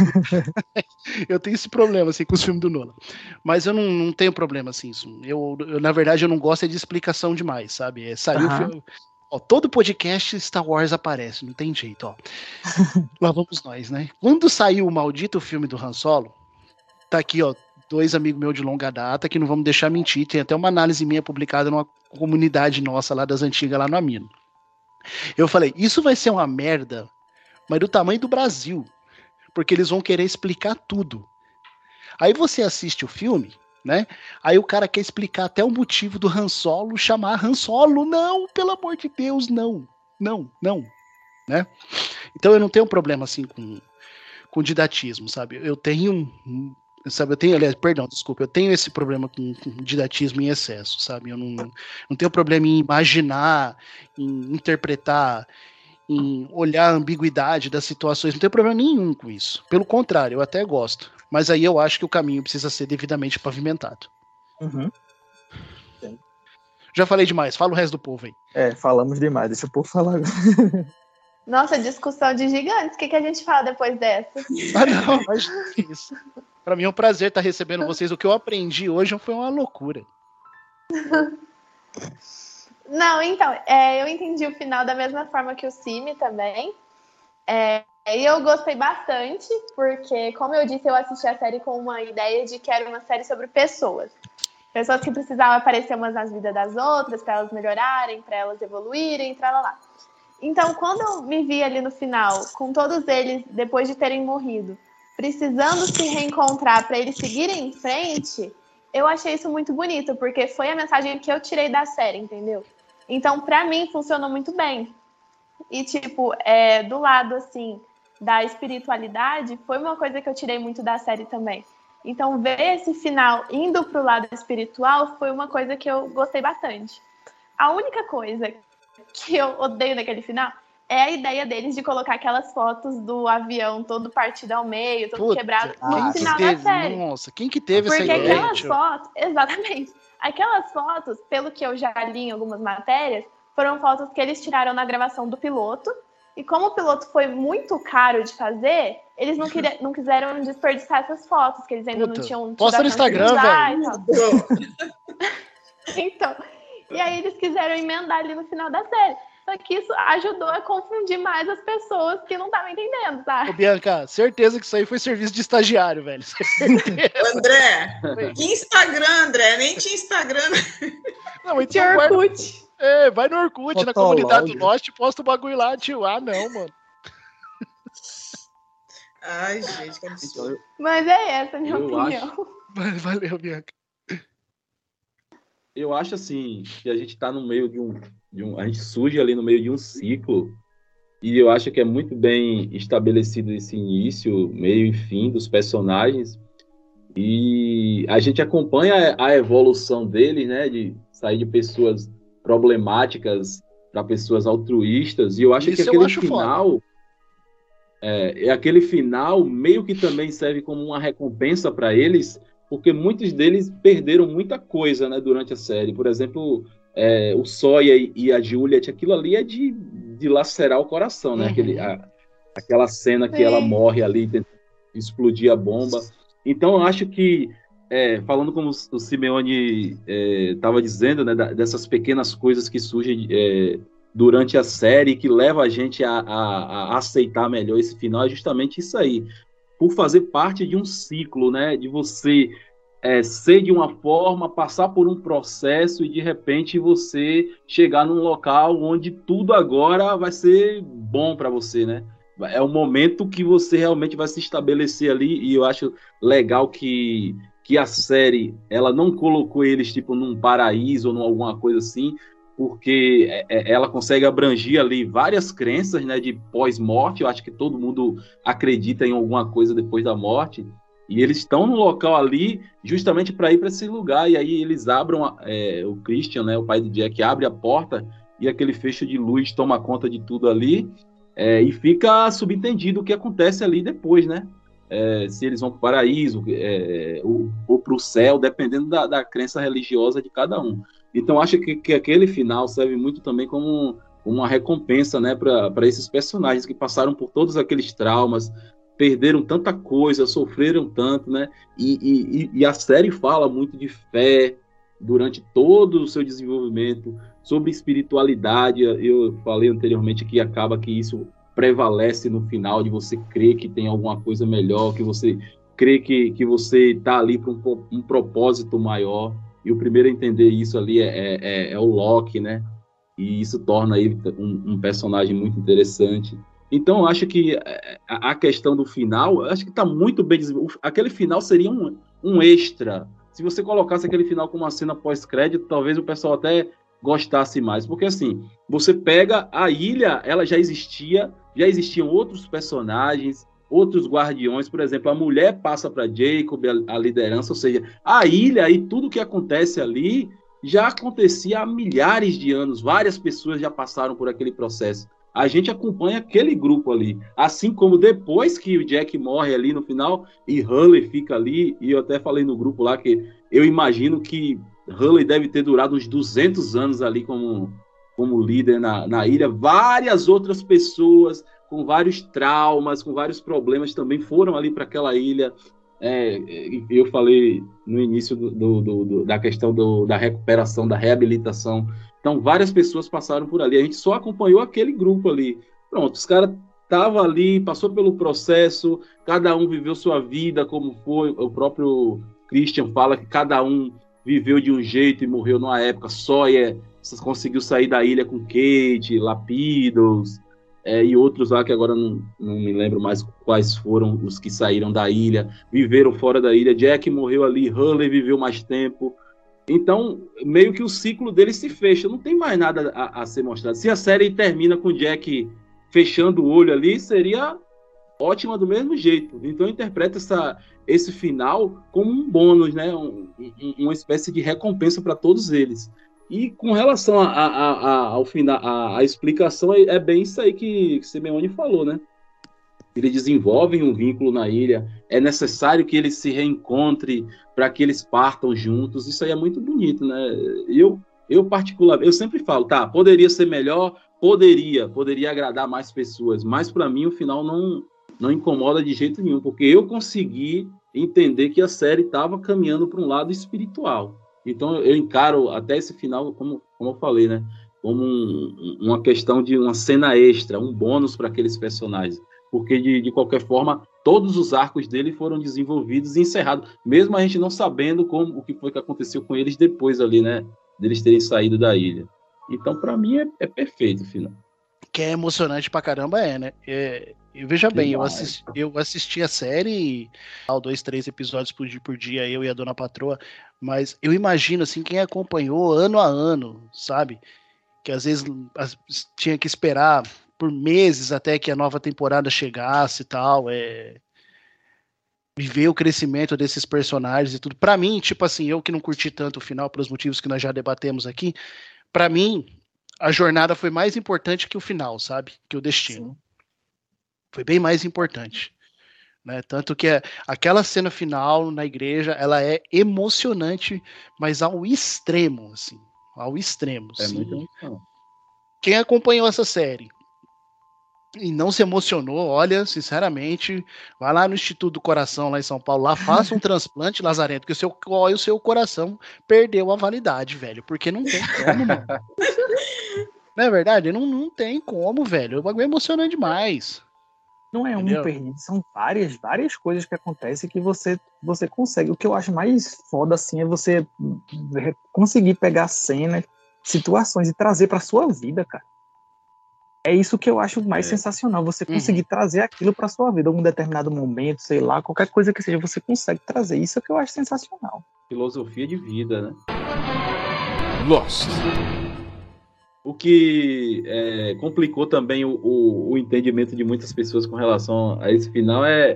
Eu tenho esse problema, assim, com os filmes do Nolan. Mas eu não tenho problema, assim. Eu, na verdade, eu não gosto de explicação demais, sabe? Saiu o filme... Ó, todo podcast Star Wars aparece, não tem jeito, ó. Lá vamos nós, né? Quando saiu o maldito filme do Han Solo, tá aqui, ó, 2 amigos meus de longa data, que não vamos deixar mentir, tem até uma análise minha publicada numa comunidade nossa lá das antigas, lá no Amino. Eu falei, isso vai ser uma merda, mas do tamanho do Brasil, porque eles vão querer explicar tudo. Aí você assiste o filme, né? Aí o cara quer explicar até o motivo do Han Solo chamar Han Solo. Não, pelo amor de Deus, não, né? Então eu não tenho problema assim com didatismo, sabe? Eu tenho esse problema com didatismo em excesso, sabe? Eu não tenho problema em imaginar, em interpretar, em olhar a ambiguidade das situações, não tenho problema nenhum com isso. Pelo contrário, eu até gosto. Mas aí eu acho que o caminho precisa ser devidamente pavimentado. Já falei demais, fala o resto do povo aí. Falamos demais, deixa o povo falar agora. Nossa, discussão de gigantes, o que a gente fala depois dessa? Não, imagina isso. Pra mim é um prazer estar recebendo vocês. O que eu aprendi hoje foi uma loucura. Não, então, eu entendi o final da mesma forma que o Cime também. E eu gostei bastante, porque, como eu disse, eu assisti a série com uma ideia de que era uma série sobre pessoas. Pessoas que precisavam aparecer umas nas vidas das outras, para elas melhorarem, para elas evoluírem, lá. Então, quando eu me vi ali no final, com todos eles, depois de terem morrido, precisando se reencontrar para eles seguirem em frente, eu achei isso muito bonito, porque foi a mensagem que eu tirei da série, entendeu? Então, para mim, funcionou muito bem. E, tipo, do lado, assim, da espiritualidade, foi uma coisa que eu tirei muito da série também. Então, ver esse final indo pro lado espiritual foi uma coisa que eu gostei bastante. A única coisa que eu odeio naquele final é a ideia deles de colocar aquelas fotos do avião todo partido ao meio, todo quebrado, no final da série. Nossa, quem que teve essa Porque ideia? aquelas fotos, exatamente, aquelas fotos, pelo que eu já li em algumas matérias, foram fotos que eles tiraram na gravação do piloto, e como o piloto foi muito caro de fazer, eles não quiseram desperdiçar essas fotos, que eles ainda não tinham... Posta no Instagram, velho. Então, e aí eles quiseram emendar ali no final da série. Só que isso ajudou a confundir mais as pessoas que não estavam entendendo, Ô, sabe? Bianca, certeza que isso aí foi serviço de estagiário, velho. Certeza. André, que Instagram, André? Nem tinha Instagram. Não, mas Tinha então guarda- Orkut. vai no Orkut, na Fotolog. comunidade do Lost, posta o bagulho lá, tio. Ah, não, mano. Ai, gente, que absurdo. Mas é essa a minha Eu opinião. Valeu, Bianca. Eu acho assim que a gente está no meio de um, a gente surge ali no meio de um ciclo e eu acho que é muito bem estabelecido esse início, meio e fim dos personagens e a gente acompanha a evolução deles, né, de sair de pessoas problemáticas para pessoas altruístas e eu acho Isso que eu aquele acho final aquele final meio que também serve como uma recompensa para eles, porque muitos deles perderam muita coisa, né, durante a série. Por exemplo, o Sawyer e a Juliet, aquilo ali é de lacerar o coração, né? Uhum. Aquela cena que Sim. ela morre ali, tentando explodir a bomba. Então, eu acho que, falando como o Simeone estava dizendo, né, dessas pequenas coisas que surgem durante a série, que leva a gente a aceitar melhor esse final, é justamente isso aí. Por fazer parte de um ciclo, né? De você ser de uma forma, passar por um processo e de repente você chegar num local onde tudo agora vai ser bom para você, né? É o momento que você realmente vai se estabelecer ali e eu acho legal que a série ela não colocou eles tipo num paraíso ou numa alguma coisa assim, porque ela consegue abranger ali várias crenças, né, de pós-morte. Eu acho que todo mundo acredita em alguma coisa depois da morte, e eles estão no local ali justamente para ir para esse lugar, e aí eles abrem, o Christian, né, o pai do Jack, abre a porta, e aquele fecho de luz toma conta de tudo ali, e fica subentendido o que acontece ali depois, né? Se eles vão para o paraíso ou para o céu, dependendo da crença religiosa de cada um. Então, acho que aquele final serve muito também como uma recompensa, né, para esses personagens que passaram por todos aqueles traumas, perderam tanta coisa, sofreram tanto, né? E a série fala muito de fé durante todo o seu desenvolvimento, sobre espiritualidade. Eu falei anteriormente que acaba que isso prevalece no final, de você crer que tem alguma coisa melhor, que você crê que você está ali para um propósito maior. E o primeiro a entender isso ali é o Loki, né? E isso torna ele um personagem muito interessante. Então, eu acho que a questão do final, eu acho que está muito bem desenvolvido. Aquele final seria um extra. Se você colocasse aquele final como uma cena pós-crédito, talvez o pessoal até gostasse mais. Porque, assim, você pega a ilha, ela já existiam outros personagens, outros guardiões. Por exemplo, a mulher passa para Jacob a liderança, ou seja, a ilha e tudo que acontece ali já acontecia há milhares de anos. Várias pessoas já passaram por aquele processo. A gente acompanha aquele grupo ali. Assim como depois que o Jack morre ali no final e Hurley fica ali, e eu até falei no grupo lá que eu imagino que Hurley deve ter durado uns 200 anos ali como líder na ilha. Várias outras pessoas com vários traumas, com vários problemas também foram ali para aquela ilha. Eu falei no início da questão da recuperação, da reabilitação. Então, várias pessoas passaram por ali. A gente só acompanhou aquele grupo ali. Pronto, os caras estavam ali, passou pelo processo, cada um viveu sua vida, como foi. O próprio Christian fala que cada um viveu de um jeito e morreu numa época. Sawyer conseguiu sair da ilha com Kate, Lapidos, e outros lá que agora não me lembro mais quais foram os que saíram da ilha, viveram fora da ilha. Jack morreu ali, Hurley viveu mais tempo. Então, meio que o ciclo dele se fecha, não tem mais nada a ser mostrado. Se a série termina com Jack fechando o olho ali, seria ótima do mesmo jeito. Então, eu interpreto esse final como um bônus, né? Uma espécie de recompensa para todos eles. E com relação ao final, a explicação é bem isso aí que Simeone falou, né? Eles desenvolvem um vínculo na ilha, é necessário que eles se reencontrem para que eles partam juntos. Isso aí é muito bonito, né? Eu particularmente, eu sempre falo, tá, poderia ser melhor, poderia agradar mais pessoas, mas para mim o final não incomoda de jeito nenhum, porque eu consegui entender que a série estava caminhando para um lado espiritual. Então eu encaro até esse final, como eu falei, né? como uma questão de uma cena extra, um bônus para aqueles personagens. Porque, de qualquer forma, todos os arcos dele foram desenvolvidos e encerrados, mesmo a gente não sabendo o que foi que aconteceu com eles depois ali, né? Deles terem saído da ilha. Então, para mim, é perfeito o final. Que é emocionante pra caramba, né? E veja bem, eu assisti a série, 2, 3 episódios por dia, eu e a Dona Patroa, mas eu imagino, assim, quem acompanhou ano a ano, sabe? Que às vezes tinha que esperar por meses até que a nova temporada chegasse e tal, viver o crescimento desses personagens e tudo. Pra mim, tipo assim, eu que não curti tanto o final, pelos motivos que nós já debatemos aqui, pra mim, a jornada foi mais importante que o final, sabe? Que o destino. Sim. Foi bem mais importante. Né? Tanto que aquela cena final na igreja, ela é emocionante, mas ao extremo, assim. Ao extremo. É muito emocionante. Quem acompanhou essa série e não se emocionou, olha, sinceramente, vai lá no Instituto do Coração, lá em São Paulo, lá, faça um transplante, Lazarento, que o seu coração perdeu a validade, velho, porque não tem como, mano. Não é verdade? Não tem como, velho. O bagulho é emocionante demais. Não é um perdido, são várias coisas que acontecem que você consegue. O que eu acho mais foda, assim, é você conseguir pegar cenas, situações e trazer pra sua vida, cara. É isso que eu acho mais sensacional, você conseguir trazer aquilo pra sua vida, algum determinado momento, sei lá, qualquer coisa que seja, você consegue trazer. Isso é que eu acho sensacional. Filosofia de vida, né? Lost. O que complicou também o entendimento de muitas pessoas com relação a esse final é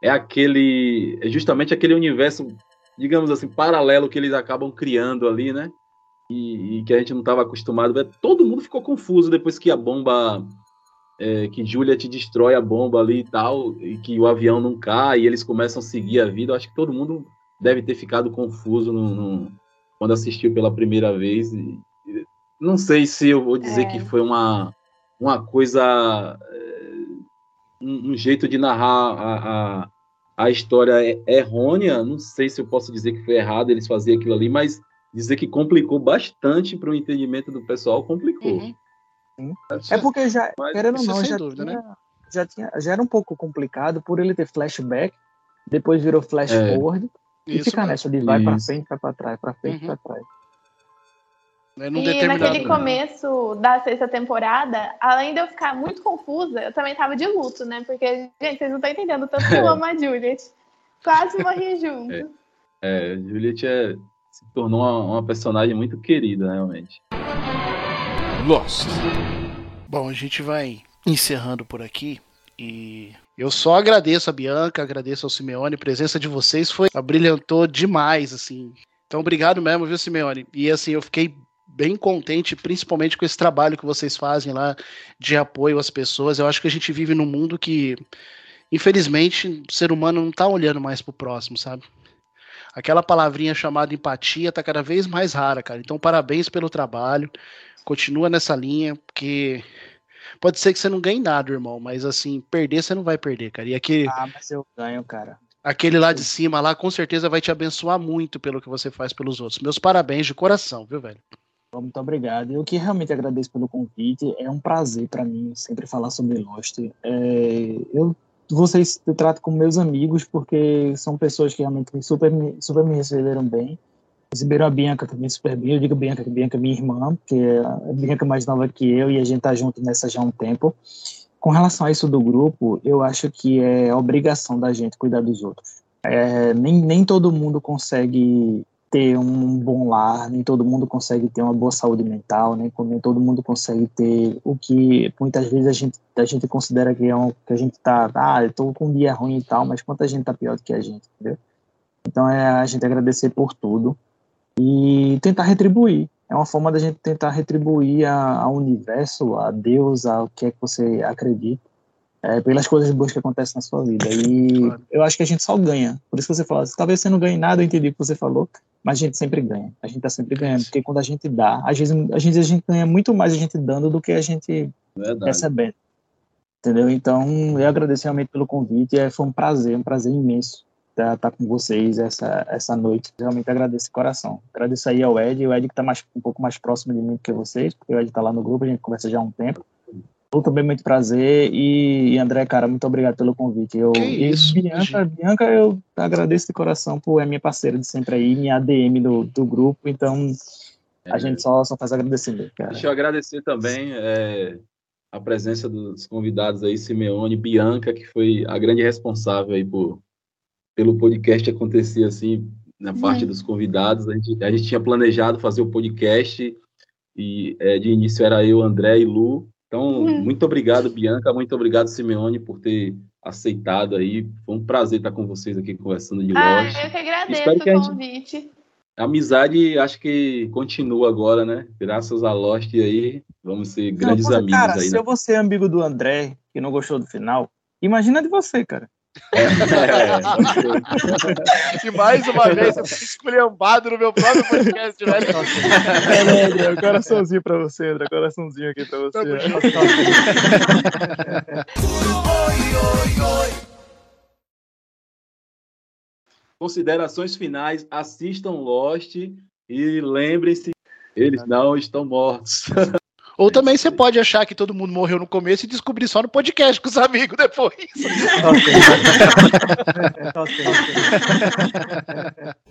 justamente aquele universo, digamos assim, paralelo que eles acabam criando ali, né? E que a gente não estava acostumado. Todo mundo ficou confuso depois que a bomba, que Juliet destrói a bomba ali e tal, e que o avião não cai, e eles começam a seguir a vida. Eu acho que todo mundo deve ter ficado confuso quando assistiu pela primeira vez. Não sei se eu vou dizer que foi uma coisa, um jeito de narrar a história errônea. Não sei se eu posso dizer que foi errado eles fazerem aquilo ali, mas dizer que complicou bastante para o entendimento do pessoal, complicou. Uhum. É porque querendo ou não, já era um pouco complicado por ele ter flashback, depois virou flash forward, e fica nessa de vai para frente, vai para trás, para frente, para trás. E naquele começo da 6ª temporada, além de eu ficar muito confusa, eu também tava de luto, né? Porque, gente, vocês não estão entendendo o tanto que eu amo a Juliet. Quase morri junto. Juliet se tornou uma personagem muito querida, realmente. Lost. Bom, a gente vai encerrando por aqui. E eu só agradeço a Bianca, agradeço ao Simeone. A presença de vocês brilhantou demais, assim. Então, obrigado mesmo, viu, Simeone? E, assim, eu fiquei bem contente, principalmente com esse trabalho que vocês fazem lá de apoio às pessoas. Eu acho que a gente vive num mundo que, infelizmente, o ser humano não tá olhando mais pro próximo, sabe? Aquela palavrinha chamada empatia tá cada vez mais rara, cara. Então, parabéns pelo trabalho. Continua nessa linha, porque pode ser que você não ganhe nada, irmão, mas, assim, perder você não vai perder, cara. E aquele... mas eu ganho, cara. Aquele lá de cima, lá, com certeza vai te abençoar muito pelo que você faz pelos outros. Meus parabéns de coração, viu, velho? Muito obrigado. Eu que realmente agradeço pelo convite. É um prazer para mim sempre falar sobre Lost. Eu trato como meus amigos porque são pessoas que realmente super me receberam bem. Receberam a Bianca também super bem. Eu digo Bianca, que Bianca é minha irmã, que é a Bianca mais nova que eu, e a gente tá junto nessa já há um tempo. Com relação a isso do grupo, eu acho que é obrigação da gente cuidar dos outros. Nem todo mundo consegue ter um bom lar, nem todo mundo consegue ter uma boa saúde mental, nem todo mundo consegue ter o que muitas vezes a gente considera que que a gente tá, eu tô com um dia ruim e tal, mas quanta gente tá pior do que a gente, entendeu? Então a gente agradecer por tudo e tentar retribuir. É uma forma da gente tentar retribuir ao universo, a Deus, ao que é que você acredita, pelas coisas boas que acontecem na sua vida. E eu acho que a gente só ganha. Por isso que você falou, talvez você não ganhe nada, eu entendi o que você falou, mas a gente sempre ganha. A gente tá sempre ganhando, porque quando a gente dá, às vezes a gente ganha muito mais a gente dando do que a gente recebendo. Entendeu? Então, eu agradeço realmente pelo convite, foi um prazer imenso tá com vocês essa noite. Realmente agradeço de coração. Agradeço aí ao Ed, o Ed que tá um pouco mais próximo de mim do que vocês, porque o Ed tá lá no grupo, a gente conversa já há um tempo. Eu também muito prazer, e André, cara, muito obrigado pelo convite. Bianca, eu agradeço de coração, é minha parceira de sempre aí, minha ADM do grupo, então a gente só faz agradecimento, cara. Deixa eu agradecer também a presença dos convidados aí, Simeone, Bianca, que foi a grande responsável aí pelo podcast acontecer assim, na parte dos convidados. A gente tinha planejado fazer o podcast e de início era eu, André e Lu. Então, muito obrigado, Bianca, muito obrigado, Simeone, por ter aceitado aí. Foi um prazer estar com vocês aqui conversando de Lost. Eu que agradeço o convite. A amizade, acho que continua agora, né? Graças a Lost aí, vamos ser grandes amigos cara, aí. Se eu vou ser amigo do André, que não gostou do final, imagina de você, cara. E mais uma vez eu fui esculhambado no meu próprio podcast, velho. André, coraçãozinho pra você, André. Coraçãozinho aqui pra você. Considerações finais, assistam Lost e lembrem-se, eles não estão mortos. Ou também você pode achar que todo mundo morreu no começo e descobrir só no podcast com os amigos depois.